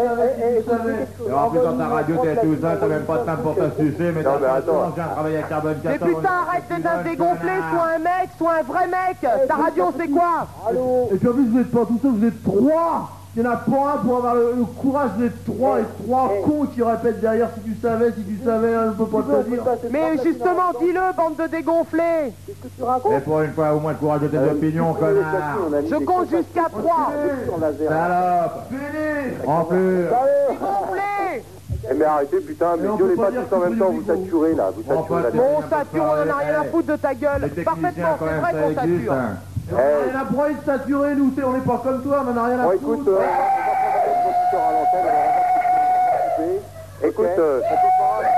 Et en plus, dans ta radio, t'es tout seul, t'as même pas de temps pour te sucer, mais Non, mais attends. je viens de travailler à Carbone Mais 14. putain, arrête d'être un dégonflé, soit un mec, soit un vrai mec. Ta radio, c'est quoi? Et puis en plus, vous n'êtes pas tout seul, vous êtes trois. Il n'y en a pas un pour avoir le courage d'être trois et trois cons qui répètent derrière si tu savais, hein, je peux pas te le dire. Mais justement, dis-le, bande de dégonflés. Mais pour une fois, au moins le courage de tes opinions, connard. Je compte jusqu'à 3. Salope. En plus. Dégonflés. Eh, mais arrêtez, putain, mais on gueulez peut pas pas dire tous en que même c'est temps, du vous micro. saturez là, vous saturez la Bon, Bon, on sature, on en a rien à foutre de ta gueule. Les techniciens, Parfaitement, quand c'est même, vrai ça qu'on existe, sature. hein. On a rien à broyer de saturer, nous, on n'est pas comme toi, on en a rien à Bon, foutre. écoute, on va prendre votre auditeur à l'antenne, alors on va s'occuper. Écoute, ça peut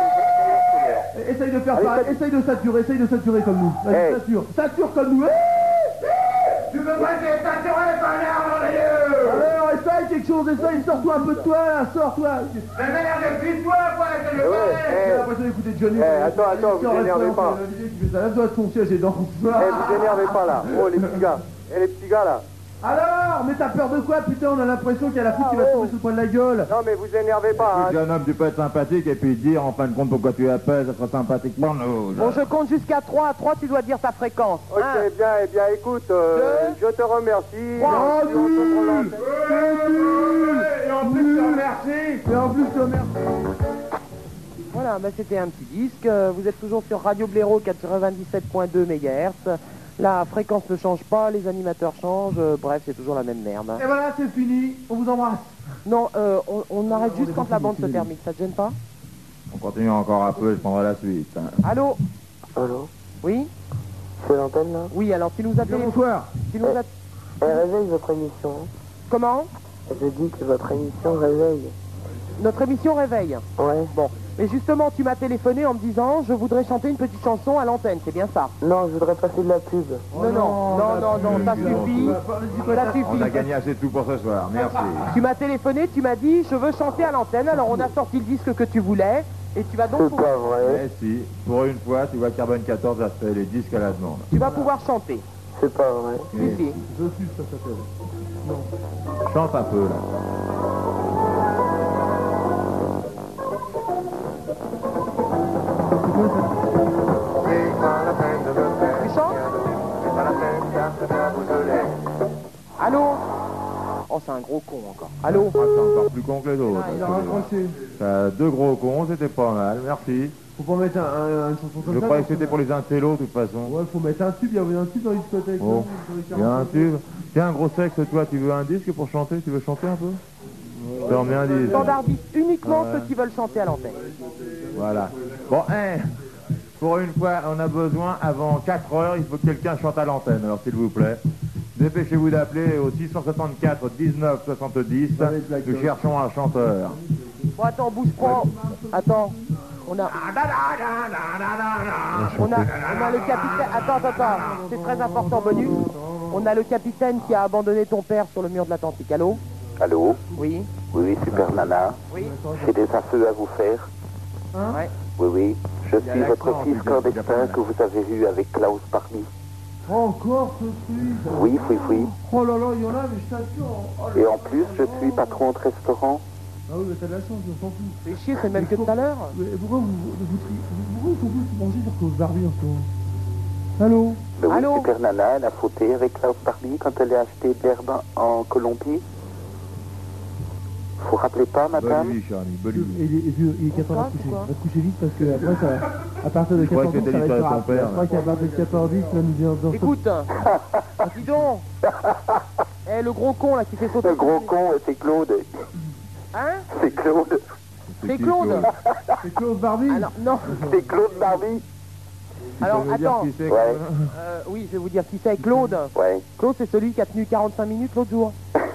pas, Essaye de faire Allez, pareil, salut. essaye de saturer comme nous. Vas-y, Hey. sature comme nous. Tu veux pas que saturer, connard, dans les yeux. Alors, essaye quelque chose, sors-toi un peu de toi, là, sors-toi. Mais merde, depuis-toi, quoi, c'est le Ouais, palais. J'ai l'impression d'écouter Johnny. attends, vous énervez pas. Ça lève de son siège et danse. vous énervez pas là. Oh, les petits gars. Les petits gars là. Alors, mais t'as peur de quoi, putain? On a l'impression qu'il y a la foule qui va te tomber sur le coin de la gueule. Non, mais vous énervez pas, hein. Jeune homme, tu peux être sympathique et puis dire en fin de compte pourquoi tu appelles, ça sera sympathique pour nous. Bon, je compte jusqu'à 3. À 3, tu dois dire ta fréquence. Ok, Un. eh bien, écoute, je te remercie. Trois. Oh, nul! C'est nul! Et en plus, je te remercie. Et en plus, je te remercie. Voilà, ben, c'était un petit disque. Vous êtes toujours sur Radio Blaireau 97.2 MHz. La fréquence ne change pas, les animateurs changent. Bref, c'est toujours la même merde. Et voilà, c'est fini. On vous embrasse. Non, on arrête juste quand la bande se termine. Ça te gêne pas? On continue encore un peu, je prendrai la suite. hein. Allô? Allô, Oui? c'est l'antenne là? Oui, alors tu nous as téléphoné. Bonsoir. Tu nous as... Elle réveille votre émission. Comment? Je dis que votre émission réveille. Notre émission réveille. Ouais. Bon. Mais justement, tu m'as téléphoné en me disant je voudrais chanter une petite chanson à l'antenne, c'est bien ça? Non, je voudrais passer de la pub. Non, ça suffit. Ça On suffit. a gagné assez de tout pour ce soir, merci. Tu m'as téléphoné, tu m'as dit je veux chanter à l'antenne, alors on a sorti le disque que tu voulais, et tu vas donc C'est pouvoir, pas vrai. Mais si, pour une fois, tu vois Carbone 14 a fait les disques à la demande. tu vas pouvoir chanter. C'est pas vrai. Si, si. Je suis, ça s'appelle. Chante un peu, là. Tu chantes? Allô? Oh, c'est un gros con encore. Allô? Ah, c'est encore plus con que les autres. Il a raccroché. T'as deux gros cons, c'était pas mal, merci. Faut pas mettre une chanson comme Je ça. croyais que c'était pour les intellos, de toute façon. Ouais, faut mettre un tube, il y avait un tube dans les discothèques. Oh, hein, sur les il y a un 40. tube. Tiens, gros sexe, toi, tu veux un disque pour chanter? Tu veux chanter un peu? Je te remets un disque. Standardise uniquement ceux qui veulent chanter à l'antenne. Voilà. Bon, pour une fois, on a besoin, avant 4 heures, il faut que quelqu'un chante à l'antenne. Alors, s'il vous plaît, dépêchez-vous d'appeler au 674 19 70. Nous cherchons un chanteur. Bon, attends, bouge pas. Attends. On a le capitaine. Attends. C'est très important, Bonus. On a le capitaine qui a abandonné ton père sur le mur de l'Atlantique. Allô? Allô? Oui. Oui, Super Nana. Oui. J'ai des aveux à vous faire. Ouais. Oui. Je suis votre fils clandestin que vous avez vu avec Klaus Barbie. Encore ce truc. Oui. Oh là là, il y en a, mais je t'assure. Oh là Et là. en plus, je suis patron de restaurant. Ah oui, mais t'as de la chance, on s'en fout. C'est chier, c'est le même que tout à l'heure. Mais pourquoi pourquoi ils sont tous mangés sur Klaus Barbie en ce moment? Allô? Ben oui, Allô? Super Nana, elle a fauté avec Klaus Barbie quand elle a acheté de l'herbe en Colombie. Vous rappelez pas, madame? Bonne nuit, Charlie, bonne nuit. Il est 14 h coucher. Va te coucher vite parce que après, ça, à partir de 14 h ça va être grave. Je crois qu'à partir de 14 h tu vas nous dire dans Écoute, dis donc. Eh, le gros con là qui fait sauter. Le gros con, c'est Claude. Hein? C'est Claude. C'est Claude. C'est Klaus Barbie. Alors, non. C'est Claude Barbie. Alors, attends. Ouais. Oui, je vais vous dire qui c'est. Claude. Ouais. Claude, c'est celui qui a tenu 45 minutes l'autre jour.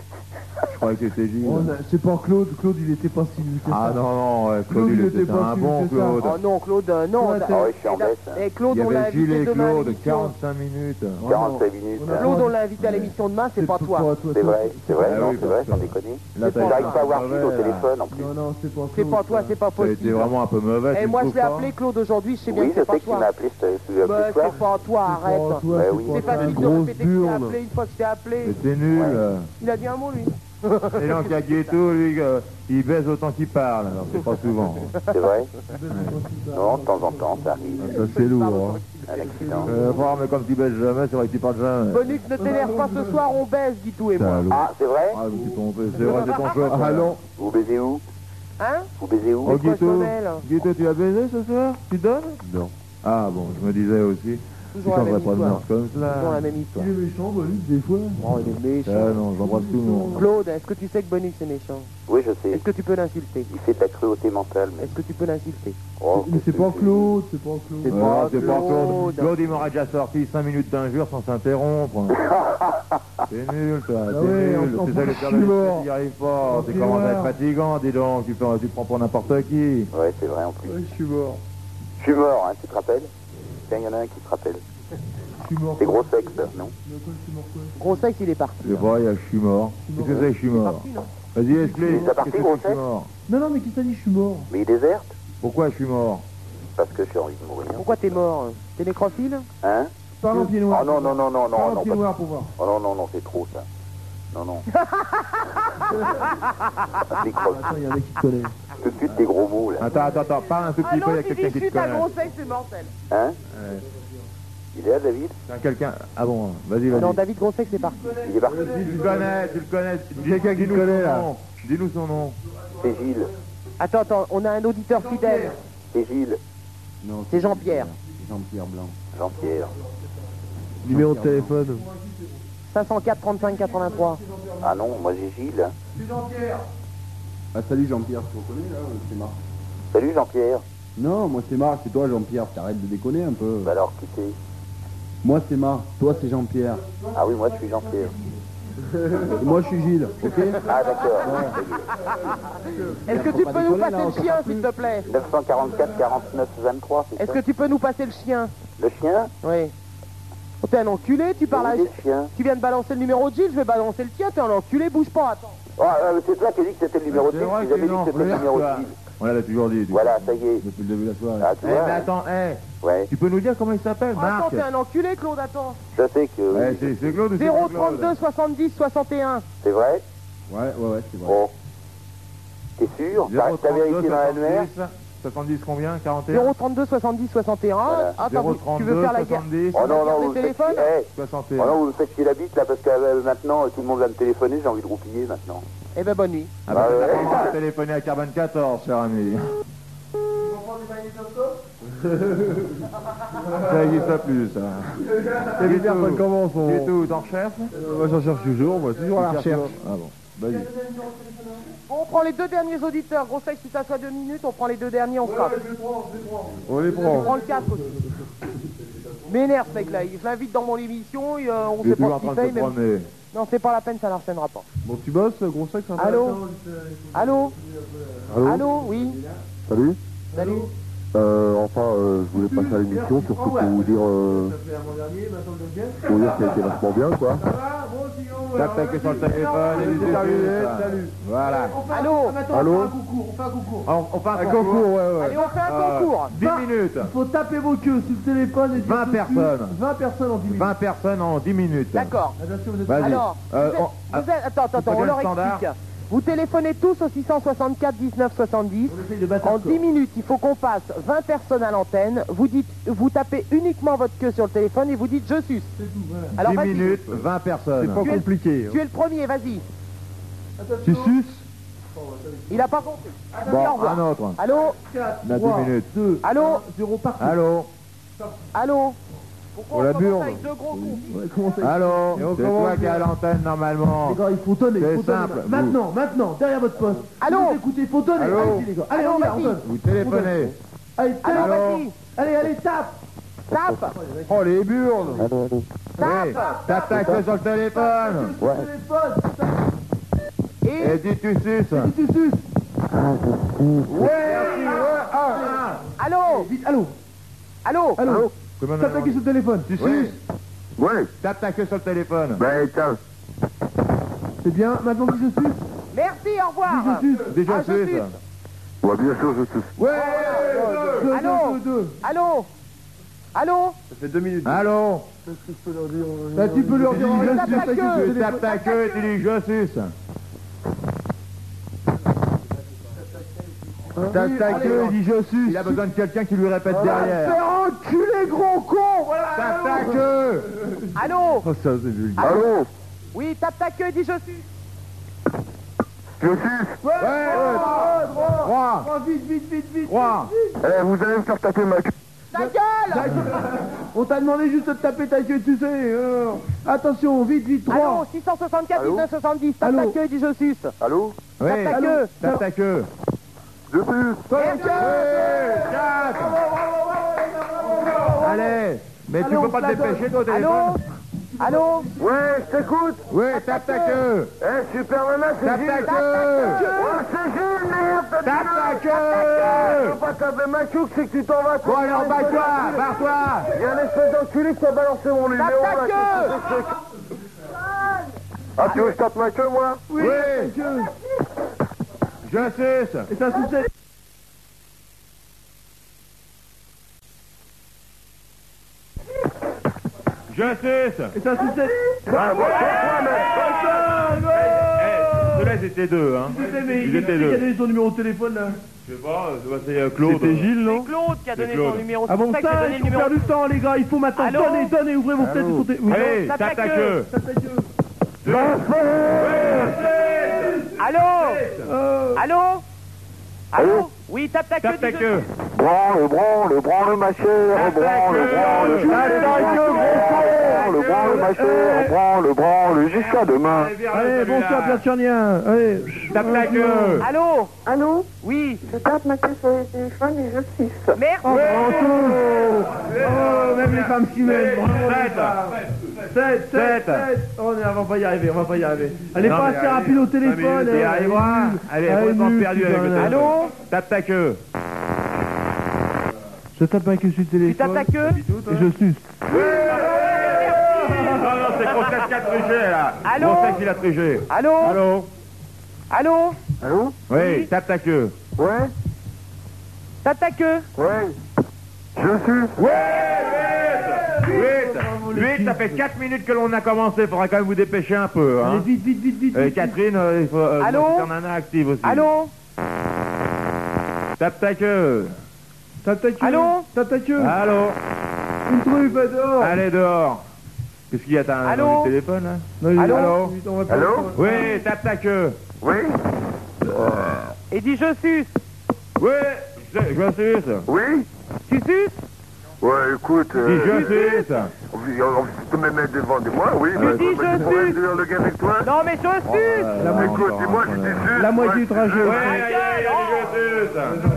Je croyais que c'était Gilles. C'est pas Claude. Claude, il était pas si vieux que ça. Ah non, ouais, Claude, il était un bon Claude. Oh non, Claude, non. Ouais, Ah ouais, je suis en baisse. Et Claude, Il y on l'a avait Gilles invité et demain à Claude, l'émission. 45 minutes. 45 minutes. Claude, on l'a invité à l'émission demain, c'est pas toi. C'est vrai, Ah non, oui, c'est vrai, parce sans que- déconner. Là, t'as J'arrive été pas à voir mauvais, Gilles au là. téléphone en plus. Non, c'est pas Claude. C'est pas toi, c'est pas Ça a été possible. vraiment un peu mauvais. Et tu moi, je trouves l'ai pas appelé Claude aujourd'hui, je sais bien Oui, que je c'est pas sais que tu m'as toi. appelé, je t'ai suivi Bah, plus soir. c'est pas toi, arrête. Bah oui. C'est facile de répéter que tu t'es appelé une fois que je t'ai appelé. Mais c'est nul. Il a dit un mot, lui. Et donc, il y a Guetto, lui, il baise autant qu'il parle. Alors, c'est pas souvent. C'est vrai? Non, de temps en temps, ça arrive. Ça, c'est lourd. Hein. Un accident. Mais comme tu baises jamais, c'est vrai que tu parles jamais. Bonux, ne t'énerve pas ce soir, on baise, dis tout et moi. Salaud. Ah, c'est vrai? Ah, je me suis trompé. C'est vrai, c'est ton choix. Ah non. Vous baisez où? Hein? Vous baisez où? Oh, quoi ce Guetto, modèle Guetto, tu as baisé ce soir? Tu donnes? Non. Ah bon, je me disais aussi. Tu Toujours la même changerais pas de histoire. mœurs comme Toujours la cela. même histoire. Il est méchant, Bonus, des fois. Oh, il est méchant. Ah non, j'embrasse tout le monde. Claude, est-ce que tu sais que Bonux est méchant? Oui, je sais. Est-ce que tu peux l'insulter? Il fait de la cruauté mentale, mais... Est-ce que tu peux l'insulter? Oh, Mais c'est pas Claude, c'est pas C'est Claude. pas C'est pas Claude. Claude, il m'aurait déjà sorti 5 minutes d'injure sans s'interrompre. C'est nul, toi, Ah c'est ouais, nul. en C'est ça, plus, le je père suis de mort. l'espèce, il n'y arrive pas. C'est Ok, commence à être ouais. fatigant, dis donc. Tu prends pour n'importe qui. Ouais, c'est vrai en plus. Ouais, je suis mort. Je suis mort, hein, tu te rappelles? Tiens, il y en a un qui se rappelle. Je suis mort. C'est gros sexe, non? Mais quoi, je suis mort quoi? Gros sexe, il est parti. Je sais pas, il y a je suis mort. Qu'est-ce que c'est, je suis Il est mort? parti, non? Vas-y, explique. Il est parti, Qu'est-ce que gros c'est que je suis sexe mort? Non, mais qui t'a dit je suis mort? Mais il déserte? Pourquoi je suis mort? Parce que j'ai envie de mourir. Pourquoi t'es mort? T'es nécrophile? Hein? Parle en pied noir. Oh non, non, non, non, Parle non, en non, pied pas- noir pour voir. Oh non, non, non, c'est trop ça. Non, non. Décroche. Attends, il y en a qui te connaissent. Tout de suite des gros mots là. Attends, parle un tout Ah petit peu, non, il y a si quelqu'un dis qui te chute à connaît. gros sexe, c'est mortel. Hein? Ouais. Il est là, David? C'est quelqu'un... Ah bon, vas-y, vas-y. Non, David Gros sexe, c'est parti. Il est parti? Tu le connais. Quelqu'un qui te connaît, là. Dis-nous son nom. C'est Gilles. Attends, on a un auditeur fidèle. C'est Gilles. Non, C'est Jean-Pierre. Jean-Pierre Blanc. Jean-Pierre. Numéro de téléphone. 504 35 83. Ah non, moi j'ai Gilles. Ah salut Jean-Pierre, tu reconnais là, c'est Marc. Salut Jean-Pierre. Non, moi c'est Marc, c'est toi Jean-Pierre, t'arrêtes de déconner un peu. Bah alors, qui c'est? Moi c'est Marc, toi c'est Jean-Pierre. Ah oui, moi je suis Jean-Pierre. Et moi je suis Gilles, ok? Ah d'accord. Est-ce que tu peux nous passer le chien, s'il te plaît? 944 49 23, c'est Est-ce ça? que tu peux nous passer le chien? Le chien? Oui. Oh, t'es un enculé, tu parles à... Oui, le chien. Tu viens de balancer le numéro de Gilles, je vais balancer le tien, t'es un enculé, bouge pas, attends. Oh, c'est toi qui as dit que c'était le numéro de C'est Gilles. vrai Tu que avais dit non, que c'était le numéro de regarde-toi. Gilles. On l'avait toujours dit. Voilà, ça y est. Depuis le début de la soirée. Ah, tu Eh, vois? mais attends, Ouais, tu peux nous dire comment il s'appelle, Oh, attends, Marc? t'es un enculé, Claude, attends. je sais que... Ouais, c'est Claude ou c'est pas Claude? 032 70 61. C'est vrai? Ouais, c'est vrai. Bon. T'es sûr? T'as vérifié dans l'annuaire? 70 combien? 41? 032 70 61. Voilà. Attends, tu veux faire la guerre? 70, Oh non, guerre non, des vous me faites téléphones? chier. Eh, 61. oh non, vous me faites chier la bite là parce que maintenant tout le monde va me téléphoner, j'ai envie de roupiller maintenant. Eh ben, bonne nuit. Ah bah, Ah ouais. t'as pas encore téléphoné à Carbone 14, cher ami. Ça n'existe plus, ça. Et les gars, ça commence, C'est tout, t'en recherches? Moi j'en cherche toujours, moi, toujours à la recherche. Ah bon, vas-y. On prend les deux derniers auditeurs. Gros sexe, tu t'assois 2 minutes, on prend les deux derniers, on se frappe. On les On prend. prend le casque aussi. M'énerve ce mec là, je l'invite dans mon émission, on Il est sait toujours pas en ce qu'il train de fait, se mais... promener. Non, c'est pas la peine, ça n'enchaînera pas. Bon, tu bosses, gros sexe, Allô? Allô? Allô? Allô? Oui? Salut? Salut? Je voulais passer à l'émission, surtout pour vous dire, pour dire que ça a été vachement bien, quoi. T'attaquer sur le téléphone et les Salut. Voilà. Allô. Allô. On fait un concours. On fait un concours, ouais. Allez, on fait un concours. 10 minutes. Il faut taper vos queues sur le téléphone et dire 20 tout de suite, personnes. 20 personnes en 10 minutes. 20 personnes en 10 minutes. D'accord. Attention, vous êtes Vas-y. Alors, attends, on leur explique. Vous téléphonez tous au 664 19 70. On essaye de battre En un score. 10 minutes, il faut qu'on passe 20 personnes à l'antenne. Vous tapez uniquement votre queue sur le téléphone et vous dites je suce. C'est tout, voilà. Alors 10 vas-y. minutes, 20 personnes. C'est pas Tu es- compliqué. Tu es le premier, vas-y. Tu suces. Il a pas compris. Bon, Au revoir. un autre. Allô. 4, On a 3, 10 minutes. 2, Allô. 0 parti. Allô. Allô. Pourquoi Pour la on commence burne. avec deux gros cons? Ouais, comment ça Allô. Et on C'est commence toi qui es à bien. l'antenne normalement. Les gars, il faut donner, C'est il faut donner. simple, vous. Maintenant, derrière votre poste. Allô. Vous écoutez, il faut donner. Allô. Allez, les gars. Allez, Allô, on y va, on vas-y. donne. Vous téléphonez. Allez, Allô, tape. vas-y. Allez, tape. Tape. Oh les burnes. Oui. Tape. Tape ta queue sur le téléphone. Sur le téléphone, tape. Et dis tu suces. Tu suces. Allô. Vite, allô. Allô. Tape ta queue sur le téléphone. Tu Oui. suces. Ouais. Tape ta queue sur le téléphone. Ben, tiens. C'est bien, maintenant dis je suce. Merci, au revoir. Dis je suce. Déjà Ah, je suces. suce. Ouais, bien sûr, je suis. Ouais. Allô. Deux. Allô. Allô. Ça fait 2 minutes. Allô. Là, tu peux leur dire Je je tape ta queue. Tu tapes ta queue et tu dis je suce. Tape ta queue et dis je suce. Il a besoin de quelqu'un qui lui répète derrière. Fais enculer, gros con. Voilà. Tape ta queue. Allô. Oh, ça, c'est vulgaire. Allô. Oui, tape ta queue, dis je suis. Je suis. Ouais, Trois. Oh, vite. 3. Eh, vous allez me faire taper ma queue. Ta gueule. On t'a demandé juste de taper ta queue, tu sais. Attention, vite, 3. Allô, 664 Allô 19 70. Tape Allô. ta queue, dis je suce. Allô. Oui. Tape ta queue. Tape ta queue. Je suis. Allez. Mais tu Allô, peux pas te Fladon. dépêcher toi au Allô. téléphone. Allô. Ouais, je t'écoute. Oui, tape ta queue. Eh, Super Nana, c'est Tape ta Gilles. queue. Ouais, c'est Gilles, merde. Tape ta Tu queue. peux pas taper ma queue, c'est que tu t'en vas. Bon alors bats-toi, barre-toi. Il y a un espèce d'enculé qui a balancé mon numéro. ta là, queue. qu'est-ce que c'est? Ah, tu veux que je tape ma queue, moi? Oui. Je suce. Et ça sucette. Je suce. Et ça sucette. Ah, bon, pourquoi, mais... Ceux-là, ils étaient deux, hein. Mais Ils étaient qui a deux. donné son numéro de téléphone, là? Je sais pas, c'est Claude. C'était Gilles, non? C'est Claude qui a donné Claude. son numéro. Ah bon, C'est pour ça, que j'ai donné il le faut numéro. faire du temps, les gars. Il faut maintenant. Allô. Donnez, ouvrez vos fenêtres. Oui. Allez, Tape tape ta ta queue. queue. Tape ta queue. Allô. Allô. Allô. Oui, tape ta queue. Tape ta dis je queue. Branle, ma chère, branle, branle, jusqu'à demain. Allez, bonsoir, Pierre Tchernien. Allez. Tape ta queue. suis. Allô. Allô. Oui. Je tape ma queue sur le téléphone et je suce. Merci. Oh, même les femmes s'y mettent. Sept. 7. On va pas y arriver, Elle est Non, pas mais assez allez, rapide au téléphone. Tu y arriveras. Allez, complètement perdu avec le téléphone. Allô. Tape ta queue. Je tape ma queue sur le téléphone. Tu tapes ta queue. Et je suce. Non, c'est Grossesse qui a triché, là. Allô. Grossesse qui a triché. Allô. Allô. Allô. Allô? Oui, tape ta queue. Ouais? Tape ta queue. Ouais? Je suis. 8, ça fait 4 minutes que l'on a commencé, faudra quand même vous dépêcher un peu. Hein. Allez, vite. Catherine, il faut Allô. faire Nana active aussi. Allô. Tape ta queue. Tape ta queue. Allô. Tape ta queue. Allô. Une truffe, va dehors. Allez dehors. Qu'est-ce qu'il y a, t'as un Allô. téléphone là? Non, Allô. Allô. on va pas- Allô? Oui, tape ta queue. Oui? Et dis je suce. Oui, je suce. Oui? Tu suces. Ouais, écoute, Dis je suce. tu peux me mettre devant de moi, oui? Tu dis je pourrais suis. dire le gars avec toi? Non mais je suce. Écoute, dis-moi, je t'ai su. La moitié du trajet. Oui, je suce.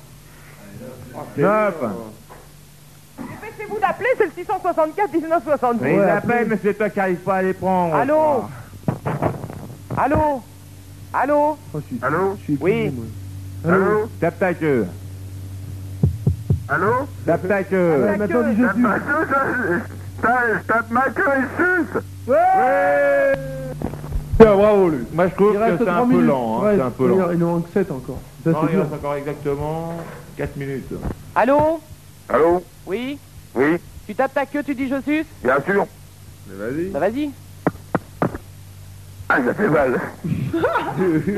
9. Dépêchez-vous d'appeler, c'est le 664 19 70. Mais ils appellent, mais c'est toi qui n'arrives pas à les prendre. Allô. Allô. Allô. Oh, Allô? je suis Oui. épuisé, moi. Allô? Tape ta queue. Allô? Tape ta queue. Ouais, maintenant, dis je suis. Je tape ma queue et suce! Ouais. Bien, bravo, lui. Moi, je trouve Il que reste c'est 3 un peu minutes. lent. Hein, Ouais, c'est un peu lent. il nous manque 7 encore. Ça, Non, c'est il dur. reste encore exactement 4 minutes. Allô? Allô? Oui? Oui, Tu tapes ta queue, tu dis je suce? bien sûr. Mais vas-y. Bah vas-y. Ah, ça fait mal. Tu suces?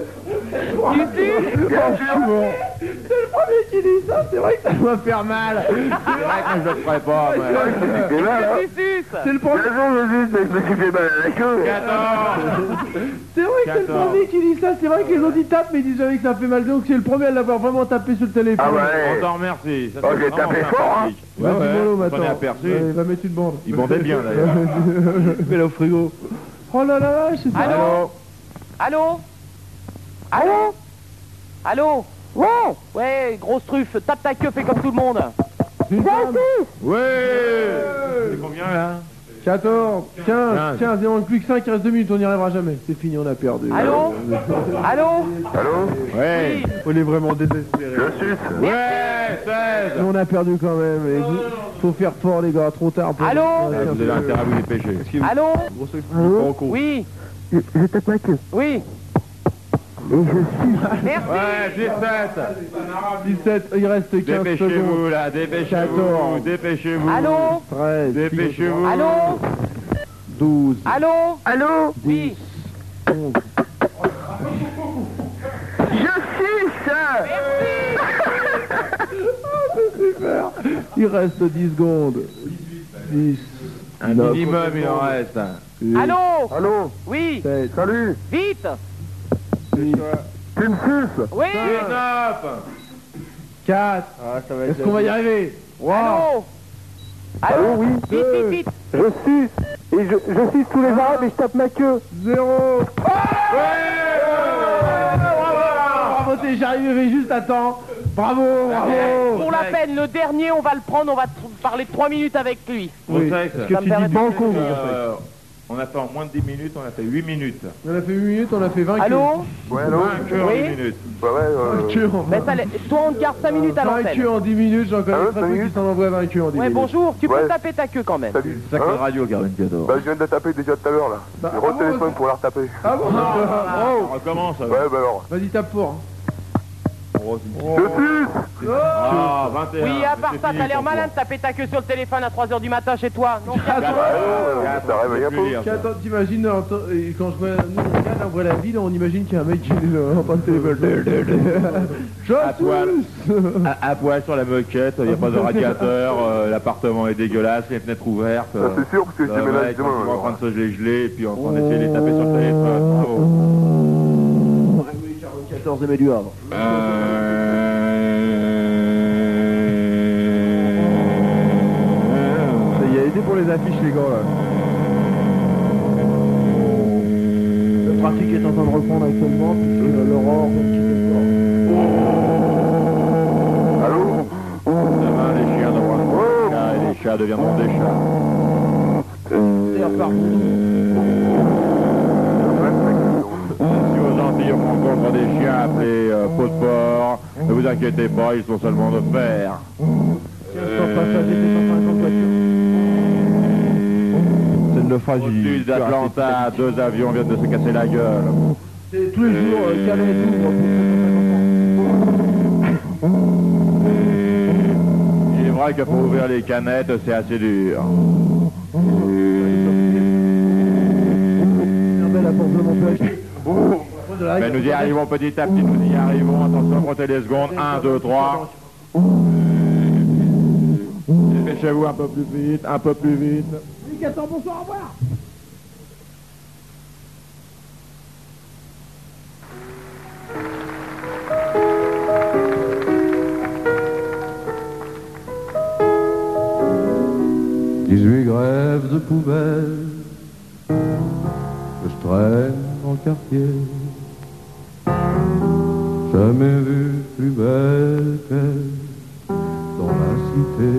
Bien sûr. C'est le premier qui dit ça, c'est vrai que ça doit faire mal. C'est vrai que je le ferai pas, mais... Ça fait mal, hein. Tu suces? C'est le Bien premier. sûr, je me suis fait mal à la queue. 14. C'est vrai que c'est le 14. premier qui dit ça. C'est vrai que les autres ils tapent, mais ils disent jamais que ça fait mal. Donc c'est le premier à l'avoir vraiment tapé sur le téléphone. Ah On ouais. t'en remercie. Ça, Oh, c'est j'ai vraiment tapé fort, hein. sympathique. Ouais, Ouais, mollo, on s'en maintenant. est aperçu. Ouais, il va mettre une bande. Il bandait bien, d'ailleurs. Mets-la au frigo. Oh là là, c'est ça. Allô? Allô? Allô? Allô? Ouais? Ouais, grosse truffe, tape ta queue, fais comme tout le monde. Ouais. C'est combien, là 14, 15, 15. il en manque plus que 5, il reste 2 minutes, on n'y arrivera jamais. C'est fini, on a perdu. Allô? Allô? Allô? Ouais. On est vraiment désespérés. Je suce. Ouais, 16. Mais on a perdu quand même. Et faut faire fort, les gars, trop tard. Allô? Ah, vous avez intérêt à vous dépêcher. Allô? Allô? Oui? Je tape ma queue. Oui? Et je suis. Merci. Ouais, 17. 17, il reste 15 secondes. Dépêchez-vous, là, dépêchez-vous. 14. Dépêchez-vous. Allô? 13, Dépêchez-vous. Allô? 12, Allô? Allô? Oui? 11. Je suce! Il reste 10 secondes. 10, Un 9, minimum, il en reste. 8, Allô? Allô? Oui? 7, Salut. Vite? 8, Tu me suces? Oui? 19. 4. Est-ce qu'on va y arriver? 3, Allô? Allô? oui. Vite, vite, vite! Je suce. Et je suce tous les arabes et je tape ma queue. 0. Bravo, t'es j'arriverai juste à temps. Bravo, bravo. Pour la peine, le dernier, on va le prendre, on va parler 3 minutes avec lui. Oui, Grosex, parce que Ça me tu paraît dis pas banco. on a fait en moins de 10 minutes, on a fait 8 minutes. On a fait 8 minutes, on a fait 20 Allô? Ouais, allô? 20 queues en Oui. 8 minutes. Ouais, ouais, Ben, toi, on te garde 5 minutes à 20 l'antenne. queues en 10 minutes, j'en Ah connais ouais, très 5 peu qui minutes s'en envoient 20 queues en 10 Ouais, minutes. bonjour, tu peux Ouais. taper ta queue quand même. Salut. Sacré Hein? radio, Carmen Cador. Bah, je viens de la taper déjà tout à l'heure, là. Bah, Je re-téléphone pour la retaper. Ah bon? On recommence alors. Ouais, bah alors. Vas-y, tape fort. Je suce! Ah, 21. Oui, à part C'est ça, fini, t'as l'air ton malin point. de taper ta queue sur le téléphone à 3h du matin chez toi. Non, Ah, calme-toi. Ça réveille un peu. Plus lire, ça. Attends, t'imagines, et quand je vois, nous on regarde, on voit la ville, on imagine qu'il y a un mec qui est en train de téléphone. À poil. À poil sur la moquette, il n'y a pas de radiateur, l'appartement est dégueulasse, les fenêtres ouvertes. Ça, c'est sûr, parce que je le déménage mec, demain. on est en alors. train de se geler et puis en train d'essayer de les taper sur le téléphone. Bravo. 14 aimait du Havre. Ça y est, aidez pour les affiches, les gars, là. Le trafic est en train de reprendre actuellement, puisque l'aurore vient de quitter le port. Allô? Demain, les chiens deviendront des chats et les chats deviendront des chats. C'est reparti. Si aux Antilles on rencontre des chiens appelés peau de porc, ne vous inquiétez pas, ils sont seulement de fer. 15 passagers, 250 voitures. C'est une naufragie. Au-dessus d'Atlanta, 2 avions viennent de se casser la gueule. C'est tous les jours, Calais s'ouvre pour 750 Il est vrai que pour ouvrir les canettes, c'est assez dur. la porte de mon père. Mais nous y arrivons petit à petit, nous y arrivons. Attention, comptez les secondes. 1, 2, 3. Dépêchez-vous un peu plus vite, un peu plus vite. Oui, 14, bonsoir, au revoir. Grèves de poubelle que je traîne dans le quartier. Jamais vu plus belle qu'elle dans la cité.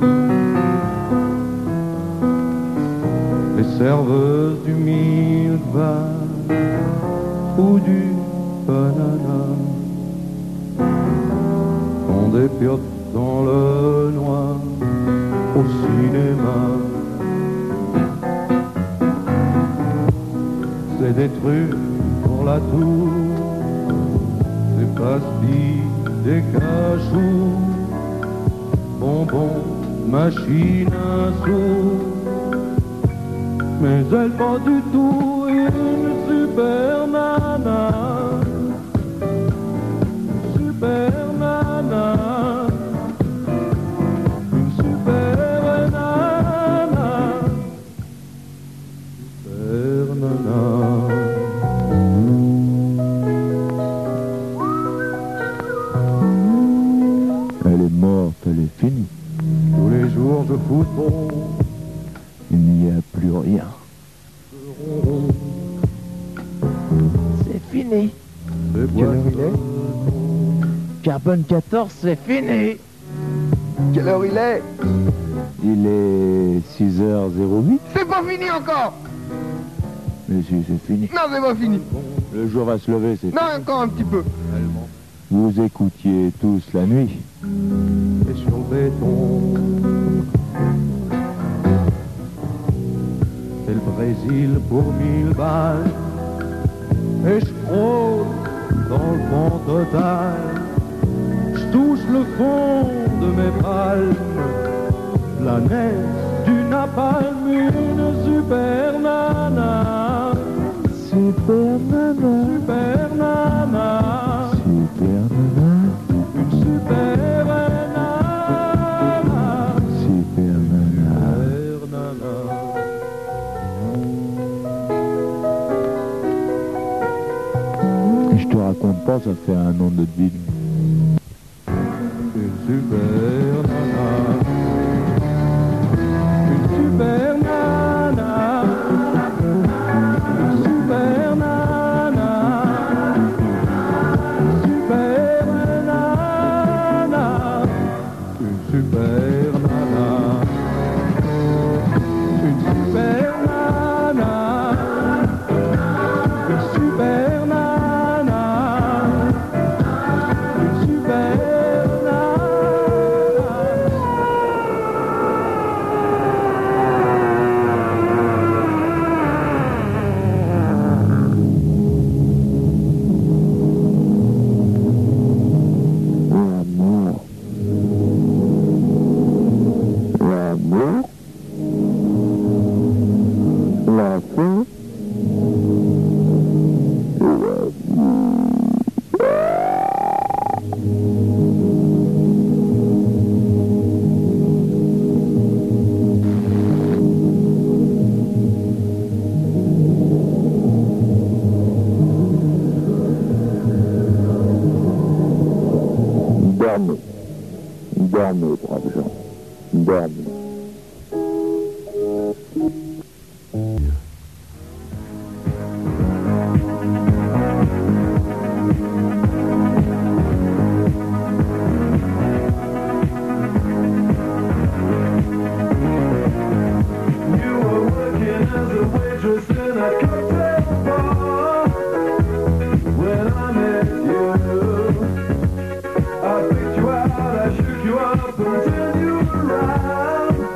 Les serveuses du milk bar ou du banana ont des piottes dans le noir au cinéma. C'est des trucs pour la tour, des pastilles, des cachous, bonbons, machine à sous. Mais elle pas du tout une super nana, super nana, une super nana, super nana. Elle est morte, elle est finie. Tous les jours je football. Il n'y a plus rien. C'est fini. Quelle heure il est? Carbone 14, c'est fini. Quelle heure il est? Il est 6h08. C'est pas fini encore. Mais si, c'est fini. Non, c'est pas fini. Le jour va se lever, c'est Non, encore un petit peu. Vous écoutiez tous la nuit. Et sur le béton, c'est le Brésil pour 1000 balles. Et je frôle dans le fond total. Je touche le fond de mes palmes. La neige du napalm, une super nana. Super nana. Super nana. Super nana. Une super nana. Super nana. Super nana. Je te raconte pas, ça fait un an de ville. Une super nana. Une super nana. Une super nana. Super nana. Une super nana. Une super nana. Une super nana. Une super nana. L'amour. L'amour. La fin. Dormez. Dormez, braves gens. Dormez. You were working as a waitress in a cocktail bar when I met you. I picked you out, I shook you up and turned you around.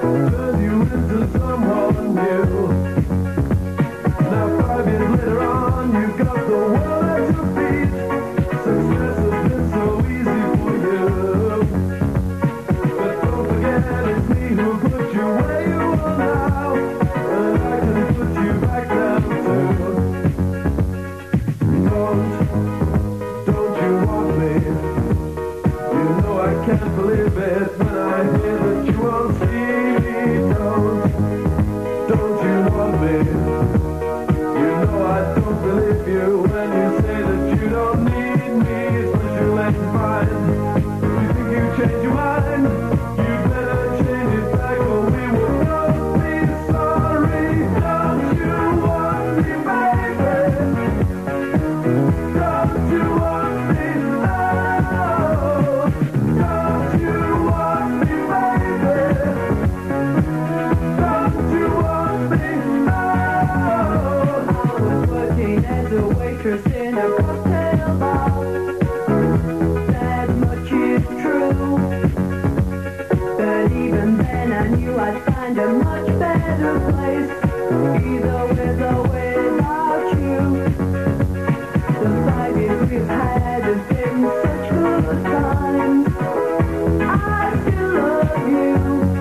I knew I'd find a much better place, either with or without you. The 5 years we've had have been such good times. I still love you,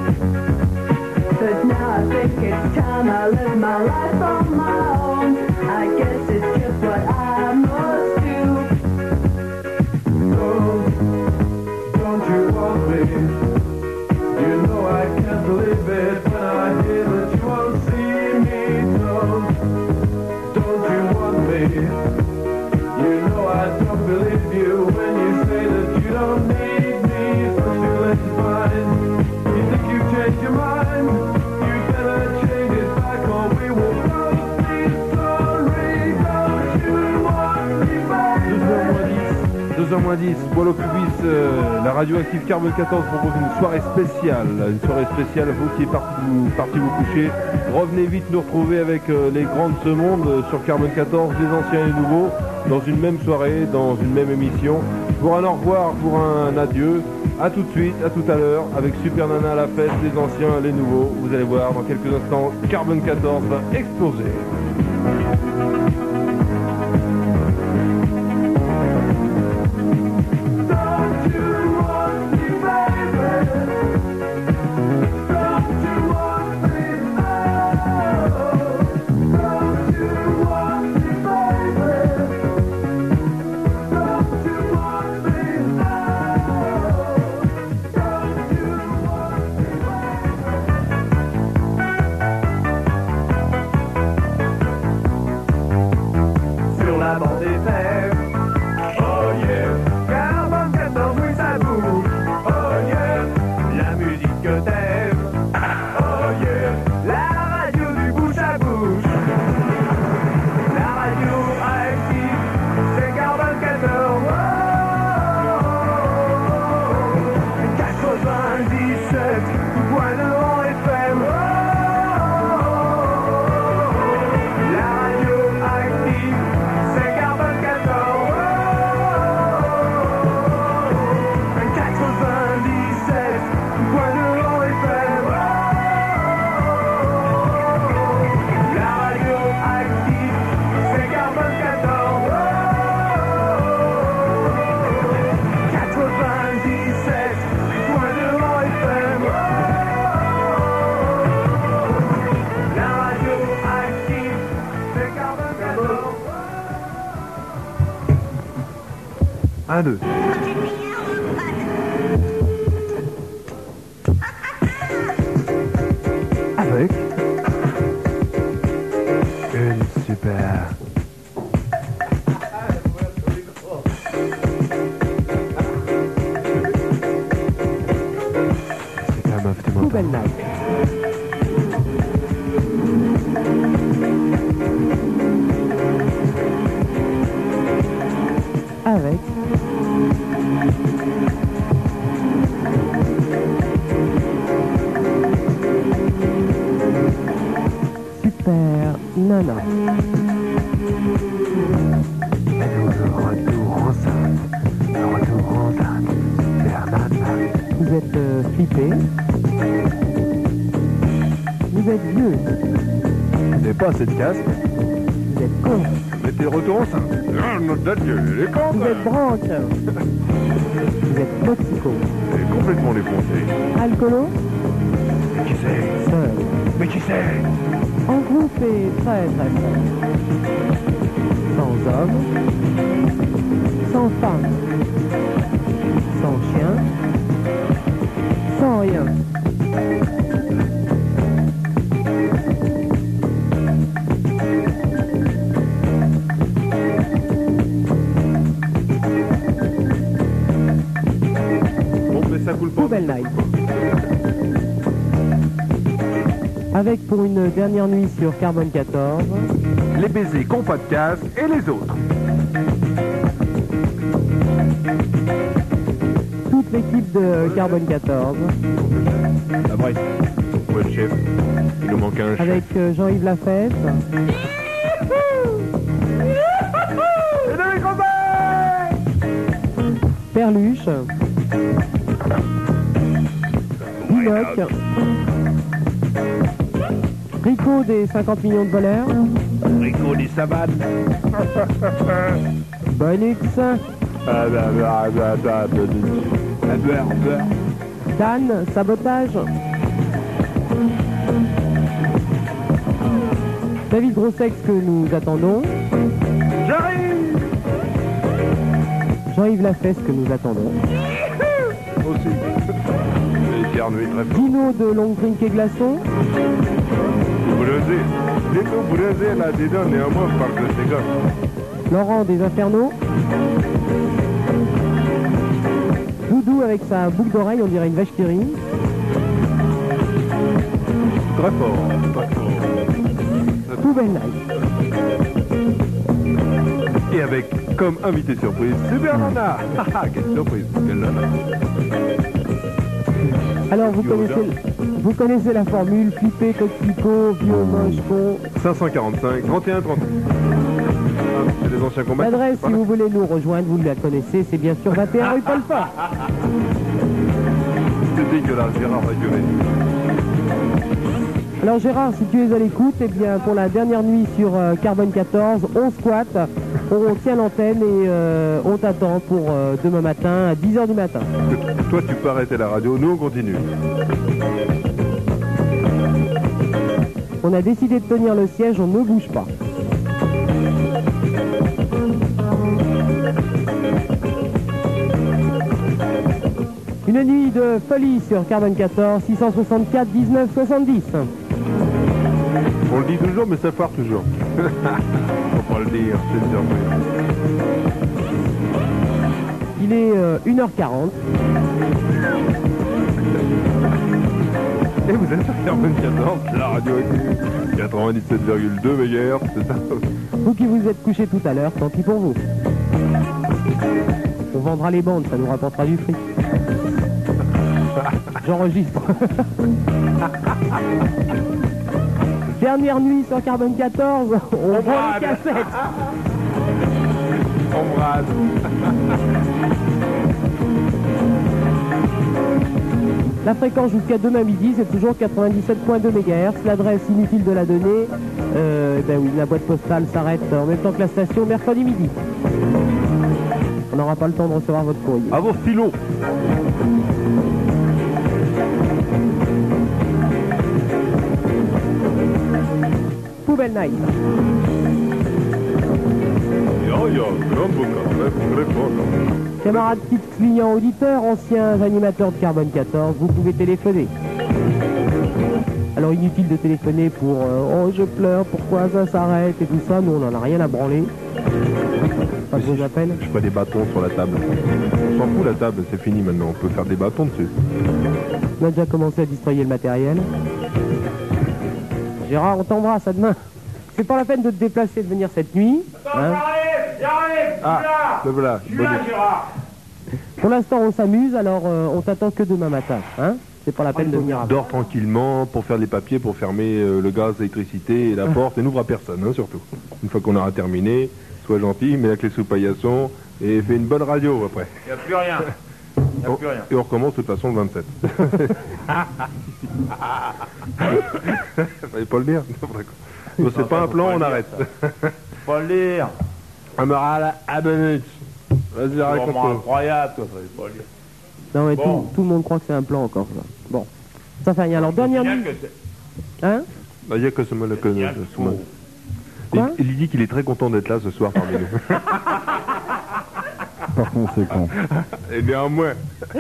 but now I think it's time I live my life on my own. I guess it's just what I must do. Oh, don't you want me? You know I can't believe it when I hear that you won't see me. Don't you want me? You know I don't believe you when you say that you don't need me. So let's find. You think you've changed your mind? You better change it back or we will both be sorry. Don't you want me, baby? 2h-10, Boileau Pubis, la radioactive Carbone 14 propose une soirée spéciale. Une soirée spéciale, vous qui êtes parti vous coucher. Revenez vite nous retrouver avec les grands de ce monde sur Carbone 14, les anciens et les nouveaux, dans une même soirée, dans une même émission. Pour un au revoir, pour un adieu. A tout de suite, à tout à l'heure, avec Super Nana à la fête, les anciens, les nouveaux. Vous allez voir, dans quelques instants, Carbone 14 va exploser. Un, deux. Avec une super. C'est un meuf de mon Poubelle Night. Avec Super Nana. Retour enceinte, Bernard. Vous êtes flippé. Vous êtes vieux. Vous n'avez pas assez de casque. Vous êtes con. Mettez le retour enceinte. Notre date, elle est con. Vous êtes branche. Vous êtes toxico. Elle est complètement défoncée. Alcoolo. Mais qui c'est? Seul. Mais qui c'est? En groupe et très très fort. Sans homme. Sans femme. Sans chien. Sans rien. Poubelle Night. Avec pour une dernière nuit sur Carbone 14, les baisers qu'on podcast et les autres. Toute l'équipe de Carbone 14. Ah bref, ouais le chef, il nous manque un chef. Avec Jean-Yves Lafesse. Perluche. Minoc. Rico des 50 millions de voleurs. Rico des savanes. Bonix. Dan, sabotage. David Grossex que nous attendons. J'arrive. Jean-Yves Lafesse que nous attendons. Aussi. Éternué très fort. Dino de Long Drink et Glaçon. Brûlé, là, dedans, néanmoins, parce que c'est gars. Laurent des Infernaux. Doudou avec sa boucle d'oreille, on dirait une vache qui rit. Très fort, très fort. Poubelle Night. Et avec comme invité surprise, Super Nana. Quelle surprise, quelle nana. Alors vous connaissez la formule, flipper, coquelicot, vieux, moche, con. 545, 31, 30. C'est des anciens combats. L'adresse, si vous voulez nous rejoindre, vous la connaissez, c'est bien sûr 21 rue Paul Fort. C'est dégueulasse, Gérard va gueuler. Alors Gérard, si tu es à l'écoute, eh bien pour la dernière nuit sur Carbone 14, on squatte, on tient l'antenne et on t'attend pour demain matin à 10h du matin. Toi tu peux arrêter la radio, nous on continue. On a décidé de tenir le siège, on ne bouge pas. Une nuit de folie sur Carbone 14, 664 19 70. On le dit toujours, mais ça foire toujours. Faut pas le dire, c'est une surprise. Il est 1h40. Et vous êtes sur Carbone 14, la radio est 97,2 MHz, c'est ça. Vous qui vous êtes couché tout à l'heure, tant pis pour vous. On vendra les bandes, ça nous rapportera du fric. J'enregistre. Dernière nuit sur Carbone 14, on vend les cassettes. On brade. La fréquence jusqu'à demain midi, c'est toujours 97.2 MHz. L'adresse, inutile de la donner. Ben oui, la boîte postale s'arrête en même temps que la station mercredi midi. On n'aura pas le temps de recevoir votre courrier. À vos stylos. Poubelle Night. Camarades, petites clients, auditeurs, anciens animateurs de Carbone 14, vous pouvez téléphoner. Alors inutile de téléphoner pour oh je pleure, pourquoi ça s'arrête et tout ça, nous on n'en a rien à branler. Pas de vos appels. Je fais des bâtons sur la table. On s'en fout la table, c'est fini maintenant, on peut faire des bâtons dessus. On a déjà commencé à destroyer le matériel. Gérard, on t'embrasse, à demain. C'est pas la peine de te déplacer, de venir cette nuit. Hein. J'arrive, le voilà. Gérard. Pour l'instant, on s'amuse, alors on t'attend que demain matin. Hein. C'est pas la peine de venir avant. Dors tranquillement pour faire les papiers, pour fermer le gaz, l'électricité et la porte, et n'ouvre à personne, hein, surtout. Une fois qu'on aura terminé, sois gentil, mets la clé sous paillasson et fais une bonne radio après. Il n'y a plus rien. Et on recommence de toute façon le 27. Fallait pas le dire. Bon, c'est pas un plan, on arrête. Faut le dire. Amaral Abanich. Vas-y, raconte-moi. Incroyable, toi, fallait pas le dire. Non mais Bon. tout le monde croit que c'est un plan encore. Ça. Bon, ça fait rien. Alors dernière nuit. Hein? Il n'y a que ce mot-là que ce mot. Quoi? Il dit qu'il est très content d'être là ce soir parmi nous. Par conséquent. Et néanmoins.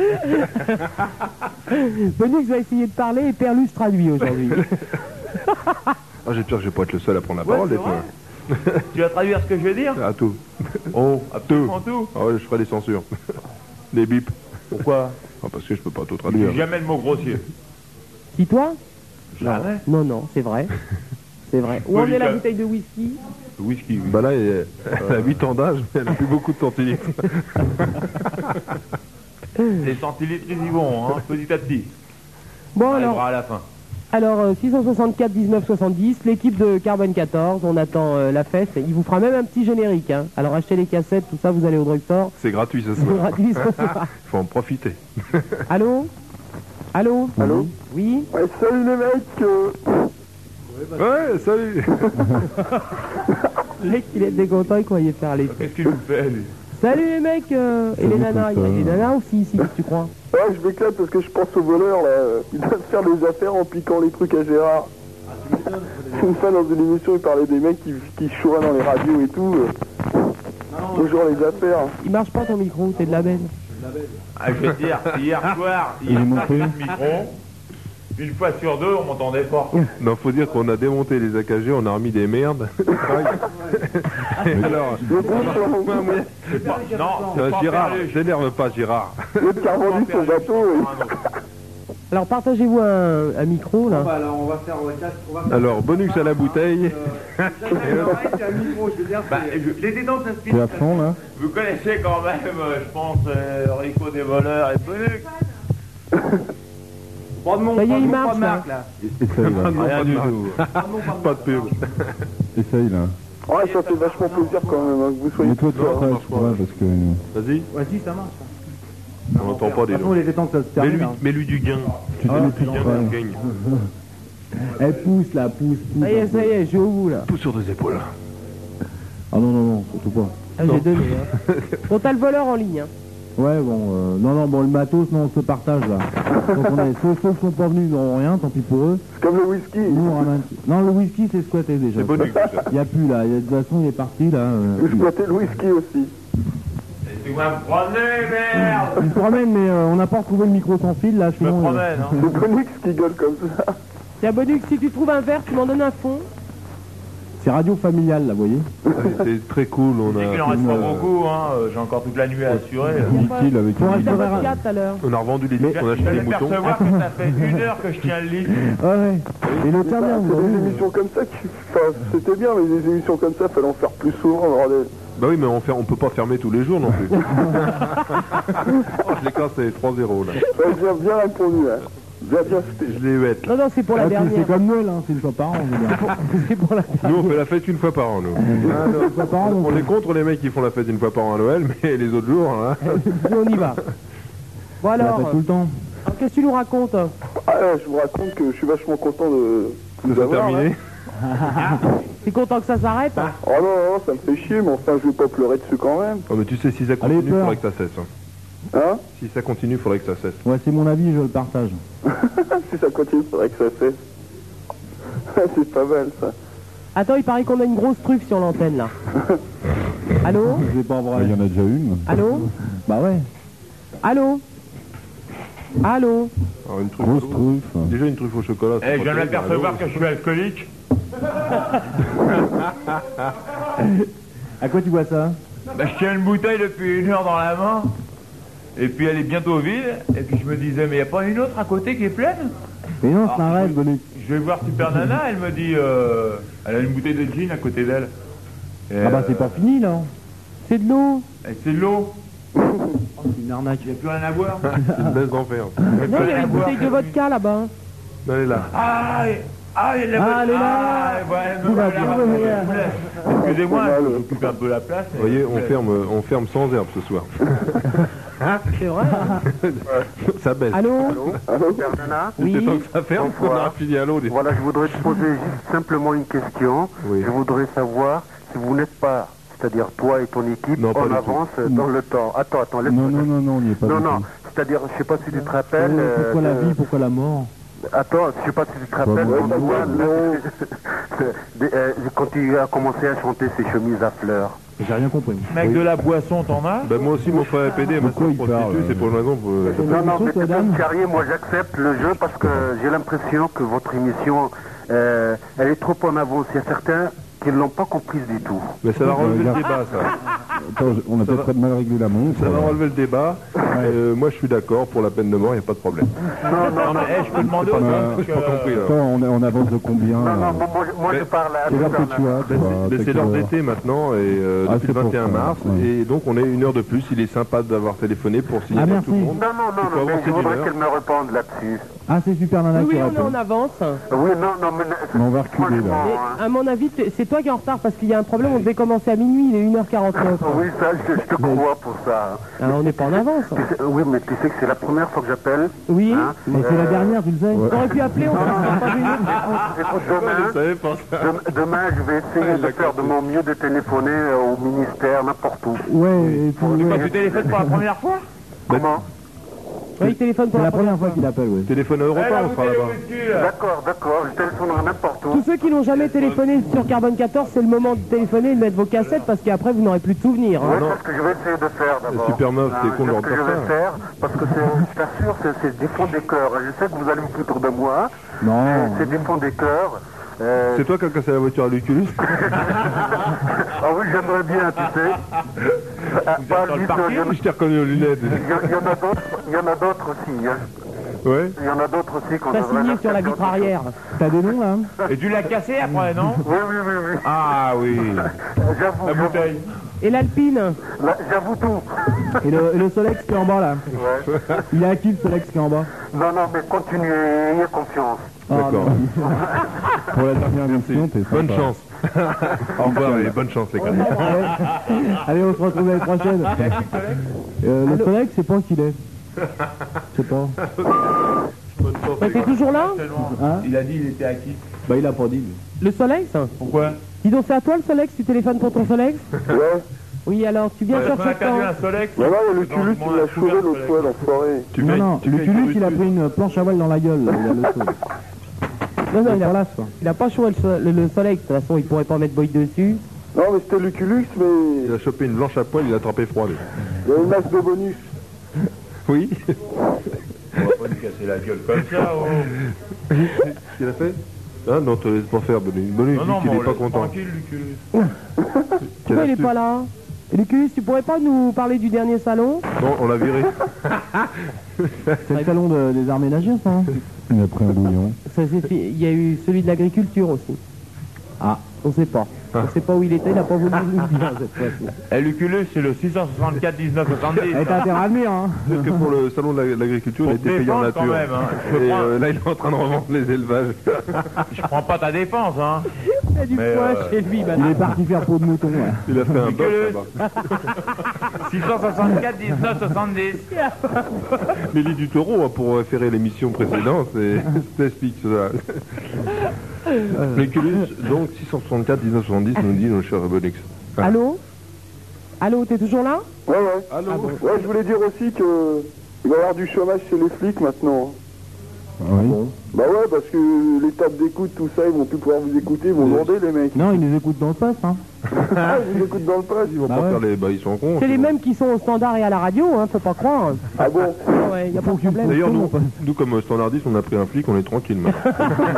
Bonix va essayer de parler et Perlus traduit aujourd'hui. Ah, j'espère que je vais pas être le seul à prendre la parole. Tu vas traduire ce que je vais dire? À tout. Oh, absolument tout. Ah ouais, je ferai des censures. Des bips. Pourquoi? Ah, parce que je peux pas tout Je traduire. dis jamais le mot grossier. Qui toi? Jamais. Non, c'est vrai. C'est vrai. Où en est la bouteille de whisky? Whisky, oui. Bah là, elle a 8 ans d'âge, mais elle a plus beaucoup de centilitres. Les centilitres, ils y vont, hein, petit à petit. Bon On alors. arrivera à la fin. Alors 664 19 70, l'équipe de Carbone 14, on attend la fesse. Il vous fera même un petit générique. Hein. Alors achetez les cassettes, tout ça, vous allez au drugstore. C'est gratuit ce C'est soir. gratuit ce soir. Faut en profiter. Allô? Allô? Allô? Oui? Ouais, salut les mecs. Ouais, salut. Le mec, il est décontent, il croyait faire les... Qu'est-ce qu'il nous fait, lui? Salut les mecs, et les nanas, il y a des nanas aussi ici, tu crois? Ouais, je m'éclate parce que je pense aux voleurs, là. Ils doivent faire des affaires en piquant les trucs à Gérard. Une fois dans une émission, il parlait des mecs qui chouraient dans les radios et tout. Toujours les affaires. Il marche pas ton micro, t'es de la benne. Ah, je vais te dire, hier soir, il a passé le micro. Une fois sur deux, on m'entendait pas. Non, faut dire qu'on a démonté les AKG, on a remis des merdes. Alors, Gérard, j'énerve pas Gérard. L'autre qui a vendu son bateau. Alors partagez-vous un micro là. Alors on va faire Alors, bonus à la bouteille. Les détentes, ça se Tu es à fond là? Vous connaissez quand même, je pense, Rico des voleurs et Bonux. Pas de mon, Ça y est, pas de il mon, marche, pas de là. marque, là. Essaye là. Rien du tout. Pas de pub. Essaye là. Ouais, ça fait vachement plaisir quand même, hein, que vous soyez Mais toi, tu Non, feras, marche tu pas. pourras, parce que... Vas-y, Ouais, si, ça marche. on n'entend pas des De toute façon, noms. les détentes, ça se termine. hein. Mets-lui du gain. Tu te mets plus Gain, près. gagne. Elle pousse, là, pousse. Ça y est, je suis au bout là. Tout sur des épaules. Ah non, non, non, surtout pas. Ah, j'ai donné. Hein. Bon, t'as le voleur en ligne. Hein. Ouais, bon, non, bon, le matos, non, on se partage, là. Donc on est, ceux qui sont pas venus n'auront rien, tant pis pour eux. C'est comme le whisky. Nous, on ramène... Non, le whisky, c'est squatté déjà. C'est Bonux. Il y a plus, là. De toute façon, il est parti, là. Je boitais le whisky aussi. Tu vas me promener, merde. Il se promène, mais on n'a pas retrouvé le micro sans fil, là. Je me Sinon, promène, hein. C'est Bonix qui gueule comme ça. Tiens, Bonux, si tu trouves un verre, tu m'en donnes un fond. c'est radio familial, là, vous voyez. C'est très cool, on Il en a... reste pas beaucoup, hein. J'ai encore toute la nuit à assurer. Dit-il avec On une reste à restaurer votre un- 4 tout à l'heure. On a revendu les litres, on a acheté Je des vais moutons. percevoir que ça fait 1 heure que je tiens le lit. Ouais. Et le tien, vous C'est avez des vu émissions comme ça qui... Enfin, c'était bien, mais des émissions comme ça, fallait en faire plus souvent, bordel. Bah oui, mais on peut pas fermer tous les jours non plus. Oh, je l'ai cassé, 3-0 là. Ouais, bien répondu, hein. Bien, c'était... Je l'ai huette. Non, non, c'est pour la Ah, puis dernière. c'est comme Noël, hein, c'est une fois par an, je veux dire. C'est pour la Nous, on fait la fête une fois par an, nous. Une fois par an, donc On est contre les mecs qui font la fête une fois par an à Noël, mais les autres jours, hein. on y va. Bon on la alors, fait tout le temps. qu'est-ce que tu nous racontes? Ah, je vous raconte que je suis vachement content de Ça vous avoir, terminé. T'es content que ça s'arrête? hein. Oh non, non, ça me fait chier, mais enfin, je vais pas pleurer dessus quand même. Oh, mais tu sais, si ça continue, il peur. faudrait que ça cesse. Hein. Hein? Si ça continue, il faudrait que ça cesse. Ouais, c'est mon avis, je le partage. Si ça continue, il faudrait que ça cesse. C'est pas mal, ça. Attends, il paraît qu'on a une grosse truffe sur l'antenne là. Allô? C'est pas vrai. Il y en a déjà une. Allô? Bah ouais. Allô? Allô? Alors, une truffe. Grosse truffe. Déjà, une truffe au chocolat. Eh, je viens de m'apercevoir que je suis alcoolique. À quoi tu vois ça? Bah, je tiens une bouteille depuis 1 heure dans la main. Et puis elle est bientôt vide. Et puis je me disais, mais y a pas une autre à côté qui est pleine? Mais non, c'est un rêve, Bonnet. Je vais voir Super Nana, elle me dit, elle a une bouteille de gin à côté d'elle. Et, Ah bah c'est pas fini, là. C'est de l'eau. et c'est de l'eau. Oh, c'est une arnaque. Il n'y a plus rien à boire. C'est une baisse d'enfer. Non, il y a une bouteille de vodka là-bas. Elle est là. Elle est là. Ah, elle est là. Tout va bien. Excusez-moi, j'occupe un peu la place. Vous voyez, on ferme sans herbe ce soir. C'est vrai. Ça baisse. Allô? Nana, Oui. C'est temps que ça ferme, on a fini à l'eau. voilà, je voudrais te poser juste simplement une question. Oui. Je voudrais savoir si vous n'êtes pas, c'est-à-dire toi et ton équipe, Non, pas en du avance dans le temps. Attends, laisse-moi... Non, on n'y est pas. Non, du non, tout. c'est-à dire, je sais pas si tu te rappelles... Pourquoi la vie, pourquoi la mort? Attends, je sais pas si tu te rappelles quand tu as commencé à chanter ces chemises à fleurs. J'ai rien compris. Mec, de la boisson, t'en as? Ben, moi aussi, mon frère est PD, ma quoi soeur il parle, prostituée, c'est pour une raison. Non, mais c'est Dame. Carrier, moi j'accepte le jeu parce que j'ai l'impression que votre émission, elle est trop en avance. Il y a certains qui ne l'ont pas comprise du tout. Mais ça va relever le regarde. débat, ça. Attends, on a peut-être mal réglé la montre. Ça va relever le débat. Moi, je suis d'accord pour la peine de mort, il n'y a pas de problème. Non, mais je peux demander aux pas- autres, parce J'ai pas compris, là. Attends, on avance de combien Non, là moi je parle à Quelle heure que tu as, Ben, toi c'est T'as c'est l'heure quelle heure d'été maintenant, et Ah, depuis c'est le pour 21 ça, mars, ouais. et donc on est 1 heure de plus. Il est sympa d'avoir téléphoné pour signaler Ah, à tout le merci. monde. Non, Il faut mais avancer je voudrais d'une qu'elle me réponde là-dessus. Ah, c'est Super Nana Oui, qui oui, on est répond. en avance. Oui, non, mais... Mais on va reculer, là. franchement, Mais, à mon avis, c'est toi qui es en retard parce qu'il y a un problème. On devait commencer à minuit, il est 1h49. Ouais, Oui, ça, je te crois pour ça. Ah, on n'est pas en avance. Oui, mais tu sais que c'est la première fois que j'appelle. Oui, mais c'est la dernière, tu le sais. T'aurais pu appeler, on s'en pas vu. Demain, je vais essayer de faire de mon mieux de téléphoner au ministère, n'importe où. Ouais, et puis... Quand tu téléphones pour la première fois? Comment? Oui, il téléphone pour C'est la première fois qu'il appelle, oui. Téléphone à Europa, on sera là-bas. D'accord, je téléphonerai n'importe où. Tous ceux qui n'ont jamais téléphoné sur Carbone 14, c'est le moment de téléphoner et de mettre vos cassettes parce qu'après vous n'aurez plus de souvenirs. Oui, c'est ce que je vais essayer de faire d'abord. Super meuf, t'es con de leur C'est ce que je vais faire, parce que je t'assure, c'est des fonds des cœurs. Je sais que vous allez me foutre de moi. Non. C'est des fonds des cœurs. C'est toi qui as cassé la voiture à Luculus? Ah oui, j'aimerais bien, tu sais. Je t'ai reconnu aux lunettes. Il y en a d'autres aussi. Hein. Ouais. Il y en a d'autres aussi qu'on T'as devrait... signé sur la vitre arrière. T'as des noms, là? Et tu l'as cassé après, non? Oui. Ah oui. J'avoue. La bouteille. Et l'Alpine? J'avoue tout. Et le Solex qui est en bas, là? Ouais. Il est à qui, le Solex qui est en bas? Non, mais continuez, ayez confiance. D'accord. Pour la dernière émission, t'es Bonne chance. Au revoir et bonne chance les gars. Allez, on se retrouve l'année prochaine. Le Solex, c'est pas qui il est. Je sais pas. T'es toujours là? Hein? Il a dit il était à qui? Bah, il a pas dit, lui. Le Solex? Pourquoi? Dis donc, c'est à toi le Solex? Tu téléphones pour ton Solex? Ouais. Oui, alors, tu viens On a chercher perdu quand? un Solex. Mais non, le Culus, il l'a chauvé l'autre fois, l'enfoiré. Non, Luculus, il a pris une planche à voile dans la gueule, là, il a le saut. Non, il a a pas chaud le Solex. De toute façon, il pourrait pas mettre Boyd dessus. Non, mais c'était Luculus, mais Il a chopé une blanche à poil, il a attrapé froid. lui. il y a une masse de bonus. Oui. On va pas lui casser la gueule comme ça, oh. Qu'est-ce qu'il a fait? Ah non, te laisse pas faire, Bonnie. Bonnie, Non, il mais est pas content. tranquille, Luculus. Pourquoi il est pas là? Et Luculus, tu pourrais pas nous parler du dernier salon? Non, on l'a viré. C'est le salon des arts ménagers, ça, hein? Il a pris un bouillon. Il y a eu celui de l'agriculture aussi. Ah, on sait pas. On sait pas où il était, il n'a pas voulu nous le dire cette fois-ci. Et Luculus, c'est le 664 19 70. Eh, t'as intérêt à le dire, hein? Parce que pour le salon de l'agriculture, il a été payé en nature. Quand même, hein. Et là, il est en train de revendre les élevages. Je prends pas ta dépense, hein. Il y a du poing chez lui, maintenant. Il est parti faire peau de mouton, ouais. Il a fait un bœuf Luculus. là-bas. 664 19 70. Mélie du Taureau, pour référer l'émission précédente, t'explique ça. Luculus, donc 664 1970, nous dit nos chers Bonix. Ah. Allô? Allô, t'es toujours là? Ouais. Allô? Ouais, je voulais dire aussi que il va y avoir du chômage chez les flics maintenant. Oui. Bah ouais, parce que les tables d'écoute, tout ça, ils vont plus pouvoir vous écouter, ils vont demander les mecs. Non, ils nous écoutent dans le poste, hein. Ah, ils vous écoutent dans le poste. Ils vont pas faire les... Bah, ils sont cons. C'est les mêmes qui sont au standard et à la radio, hein, faut pas croire. Ah bon? Ouais, y a pas de problème. D'ailleurs, nous, comme standardiste, on a pris un flic, on est tranquille maintenant.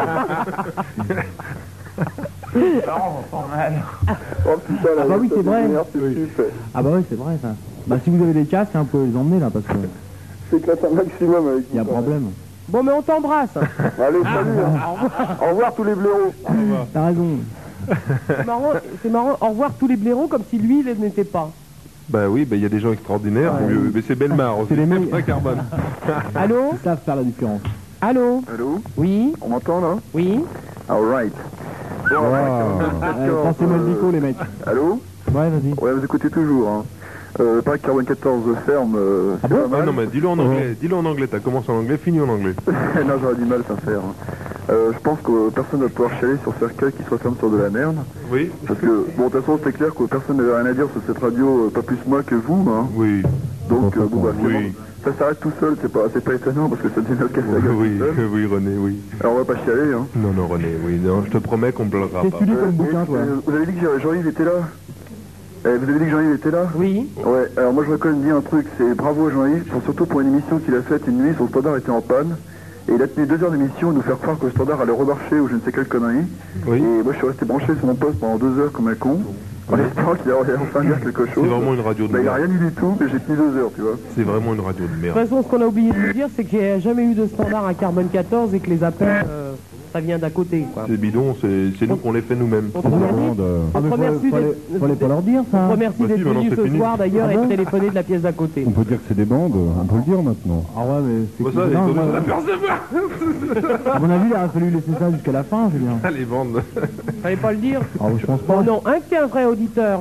Alors, on sent mal. Oh putain, là, Ah bah oui, ça c'est vrai. m'énerve, c'est super. Ah bah oui, c'est vrai, ça. Bah si vous avez des casques, hein, vous pouvez les emmener, là, parce que C'est classe un maximum avec il y a vous, problème. Bon, mais on t'embrasse. Allez, salut. Hein. Au revoir tous les blaireaux. T'as raison. C'est marrant, au revoir tous les blaireaux comme si lui, il n'était pas. Bah oui, bah il y a des gens extraordinaires, mais c'est Belmar aussi. C'est les mêmes. pas Carbone. Allô? Ils savent faire la différence. Allô? Allô? Oui? On m'entend là? Oui? Alright. Pensez-moi le dico, les mecs. Allô? Ouais, vas-y. Ouais, vous écoutez toujours. Hein. Pas que Carbone 14 ferme. Ah c'est bon? pas mal. Ah non, mais dis-le en anglais. Dis-le en anglais. T'as commencé en anglais, fini en anglais. Non, j'aurais du mal à faire. Hein. Je pense que personne ne va pouvoir chialer sur Cercueil qui se referme sur de la merde. Oui. Parce que, bon, de toute façon, c'est clair que personne n'avait rien à dire sur cette radio, pas plus moi que vous. Hein. Oui. Donc, bon, bah, Oui. bon, ça s'arrête tout seul, c'est pas étonnant parce que ça devient casse la gueule Oui, tout seul. oui, René, oui. Alors, on va pas chialer. Hein. Non, René, oui. Non, je te promets qu'on pleurera pas. Qu'est-ce que tu lis comme bouquin, toi? Vous avez dit que Jean-Yves était là? Vous avez dit que Jean-Yves était là? Oui? Ouais, alors moi je reconnais bien un truc, c'est bravo à Jean-Yves, surtout pour une émission qu'il a faite une nuit, son standard était en panne, et il a tenu 2 heures d'émission à nous faire croire que le standard allait remarcher ou je ne sais quelle connerie. Oui. Et moi je suis resté branché sur mon poste pendant 2 heures comme un con, en espérant qu'il allait enfin dire quelque chose. C'est vraiment une radio de Bah il a merde. rien dit du tout, mais j'ai tenu 2 heures, tu vois. C'est vraiment une radio de De merde. toute façon, ce qu'on a oublié de vous dire, c'est qu'il n'y a jamais eu de standard à Carbone 14 et que les appels, ça vient d'à côté, quoi. C'est bidon, c'est nous qu'on les fait nous-mêmes. On te remercie. Ah, mais fallait pas leur dire, ça. On te remercie Bah si, d'être maintenant, venu c'est ce fini. soir d'ailleurs Ah et de bon téléphoner de la pièce d'à côté. On peut dire que c'est des bandes, on peut le dire maintenant. Ah ouais, mais c'est Bah que- ça, non, il moi, faut la percevoir. à mon avis, il aurait fallu laisser ça jusqu'à la fin, Julien. Les bandes. Fallait pas le dire. Ah, je pense Oh pas. non, un qui est un vrai auditeur.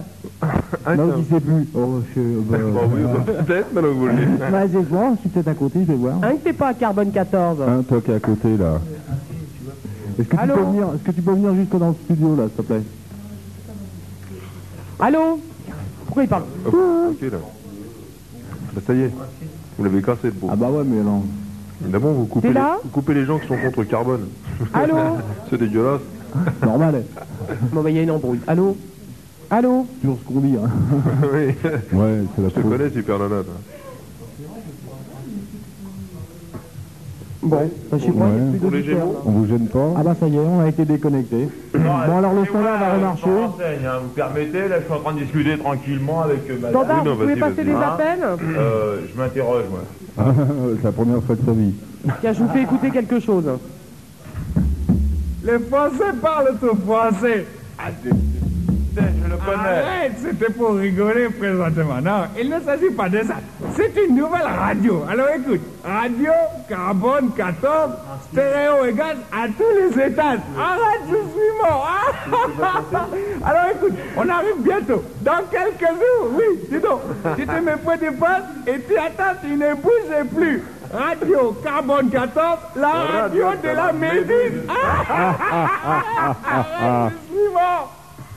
Non, qui sait plus. Oh, Bon, oui, peut-être, maintenant que vous le dites. Bah, je vais voir, je suis peut-être à côté, je vais voir. Hein, que t'es pas à Carbone 14. Hein, toi qui es à côté, là. Est-ce que, tu peux venir jusque dans le studio, là, s'il te plaît? Allô? Pourquoi il parle? Ok, là. Bah, ça y est. Vous l'avez cassé, le beau. Ah bah ouais, mais non. Évidemment, vous coupez les gens qui sont contre carbone. Allô? C'est dégueulasse. Normal. Bon, bah, il y a une embrouille. Allô? Allô? Toujours ce qu'on dit, hein. Oui. Ouais, c'est la Je te connais, Super Nana. Bon, bah, je sais pas, il y a plus Pour les d'auditeurs, Gémeaux. là. On vous gêne pas? Ah bah ça y est, on a été déconnecté. Bon alors le standard va remarcher. Vous permettez, là je suis en train de discuter tranquillement avec madame. Standard, vous pouvez passer des appels? Je m'interroge moi. C'est la première fois de sa vie. Tiens, je vous fais écouter quelque chose. Les Français parlent tout français. Je le connais. Arrête, c'était pour rigoler présentement. Non, il ne s'agit pas de ça. C'est une nouvelle radio. Alors écoute, radio, carbone 14, stéréo et gaz à tous les étages. Arrête, je suis mort. Alors écoute, on arrive bientôt. Dans quelques jours, oui, dis donc. Tu te mets près des pattes et tu attends, tu ne bouges plus. Radio Carbone 14, la radio de la Méduse. Je suis mort.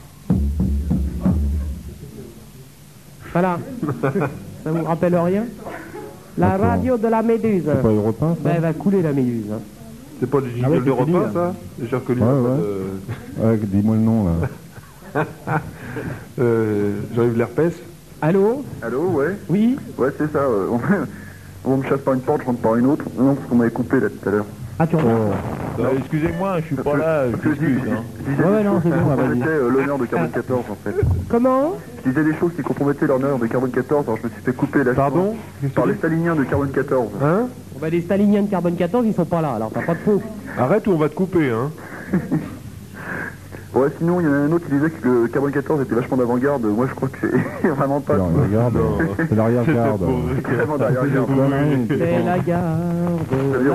Voilà. Ça vous rappelle rien? La radio de la Méduse. C'est pas Europe 1, ça? Ben, elle va couler la Méduse. Hein. C'est pas le jingle de repas, ça? J'ai déjà reconnu. Ouais, dis-moi le nom, là. J'arrive l'herpès. Allô? Allô, ouais? Oui? Ouais, c'est ça. On me chasse par une porte, je rentre par une autre. Non, parce qu'on m'avait coupé là tout à l'heure. Ah, tu rentres? Excusez-moi, je suis pas là, je discute. Hein. Ouais, non, c'est bon, Ça vas-y. compromettait l'honneur de Carbone 14, en fait. Comment? Je disais des choses qui compromettaient l'honneur de Carbone 14, alors je me suis fait couper la Pardon? par les staliniens de Carbone 14. Hein? Bon, ben, les staliniens de Carbone 14, ils sont pas là, alors t'as pas de faux. Arrête ou on va te couper, hein? Ouais, sinon, il y en a un autre qui disait que le Carbone 14 était vachement d'avant-garde. Moi, je crois que c'est vraiment pas. Regarde, c'est l'arrière-garde. C'est vraiment d'arrière-garde. C'est la garde,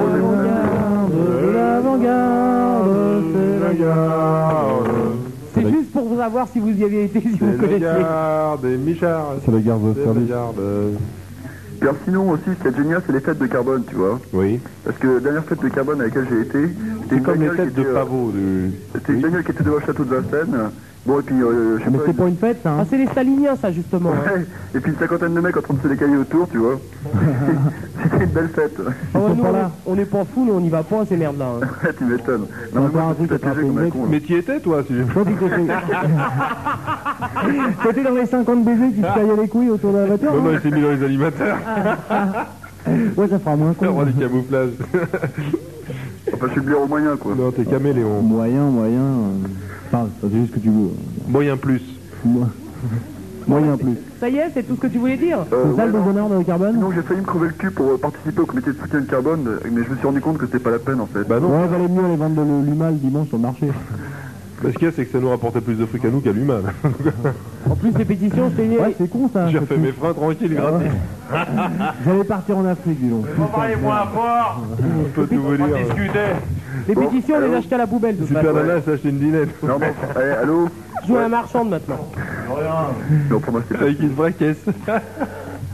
l'avant-garde, c'est la garde. C'est juste pour vous savoir si vous y aviez été, si vous C'est connaissiez. la garde et Michard. C'est la garde de C'est la service. garde. Et alors sinon aussi, ce qui est génial, c'est les fêtes de carbone, tu vois. Oui. Parce que la dernière fête de carbone à laquelle j'ai été, c'était C'est comme les fêtes de pavot. C'était une bagnole qui était devant le château de Vincennes. Bon, et puis, je sais Mais pas... c'est pas une fête, ça, hein? Ah, c'est les staliniens, ça, justement. Hein. Ouais, et puis une cinquantaine de mecs en train de se décailler autour, tu vois. C'était une belle fête. Ah ouais, nous, on n'est pas fous, nous, on n'y va pas, ces merdes-là. Hein. Ouais, tu m'étonnes. Non, Non, mais mais moi, un je me truc suis à fait comme un mec. con. Mais t'y étais, toi, si j'ai... Toi, t'étais dans les 50 baisers qui se taillaient les couilles autour de la voiture, Non, hein? il s'est mis dans les animateurs. Ouais, ça fera moins Le con. roi du camouflage. Enfin, je suis blaireau moyen, quoi. Non, t'es caméléon. Moyen. Enfin, c'est juste ce que tu veux. Moyen plus. Moyen plus. Ça y est, c'est tout ce que tu voulais dire? C'est ça le non. deshonneur de carbone? Sinon, j'ai failli me crever le cul pour participer au comité de soutien de carbone, mais je me suis rendu compte que c'était pas la peine, en fait. Bah non. Ouais, valait mieux aller vendre de l'humal dimanche sur le marché. Ce qu'il y a, c'est que ça nous rapportait plus de fric à nous qu'à l'humain. En plus, les pétitions, c'est... Ouais, c'est con ça. J'ai refait mes freins tranquille, gratis. J'allais partir en Afrique, dis donc. On va parler moins fort. On peut tout vous On va dire. discuter. Les pétitions, on les achète à la poubelle, de toute Super façon. Nana s'est acheté une dinette. Non, bon, allez, allô? Je joue à la marchande, maintenant. Non, pour moi, c'était pas... Avec une vraie caisse.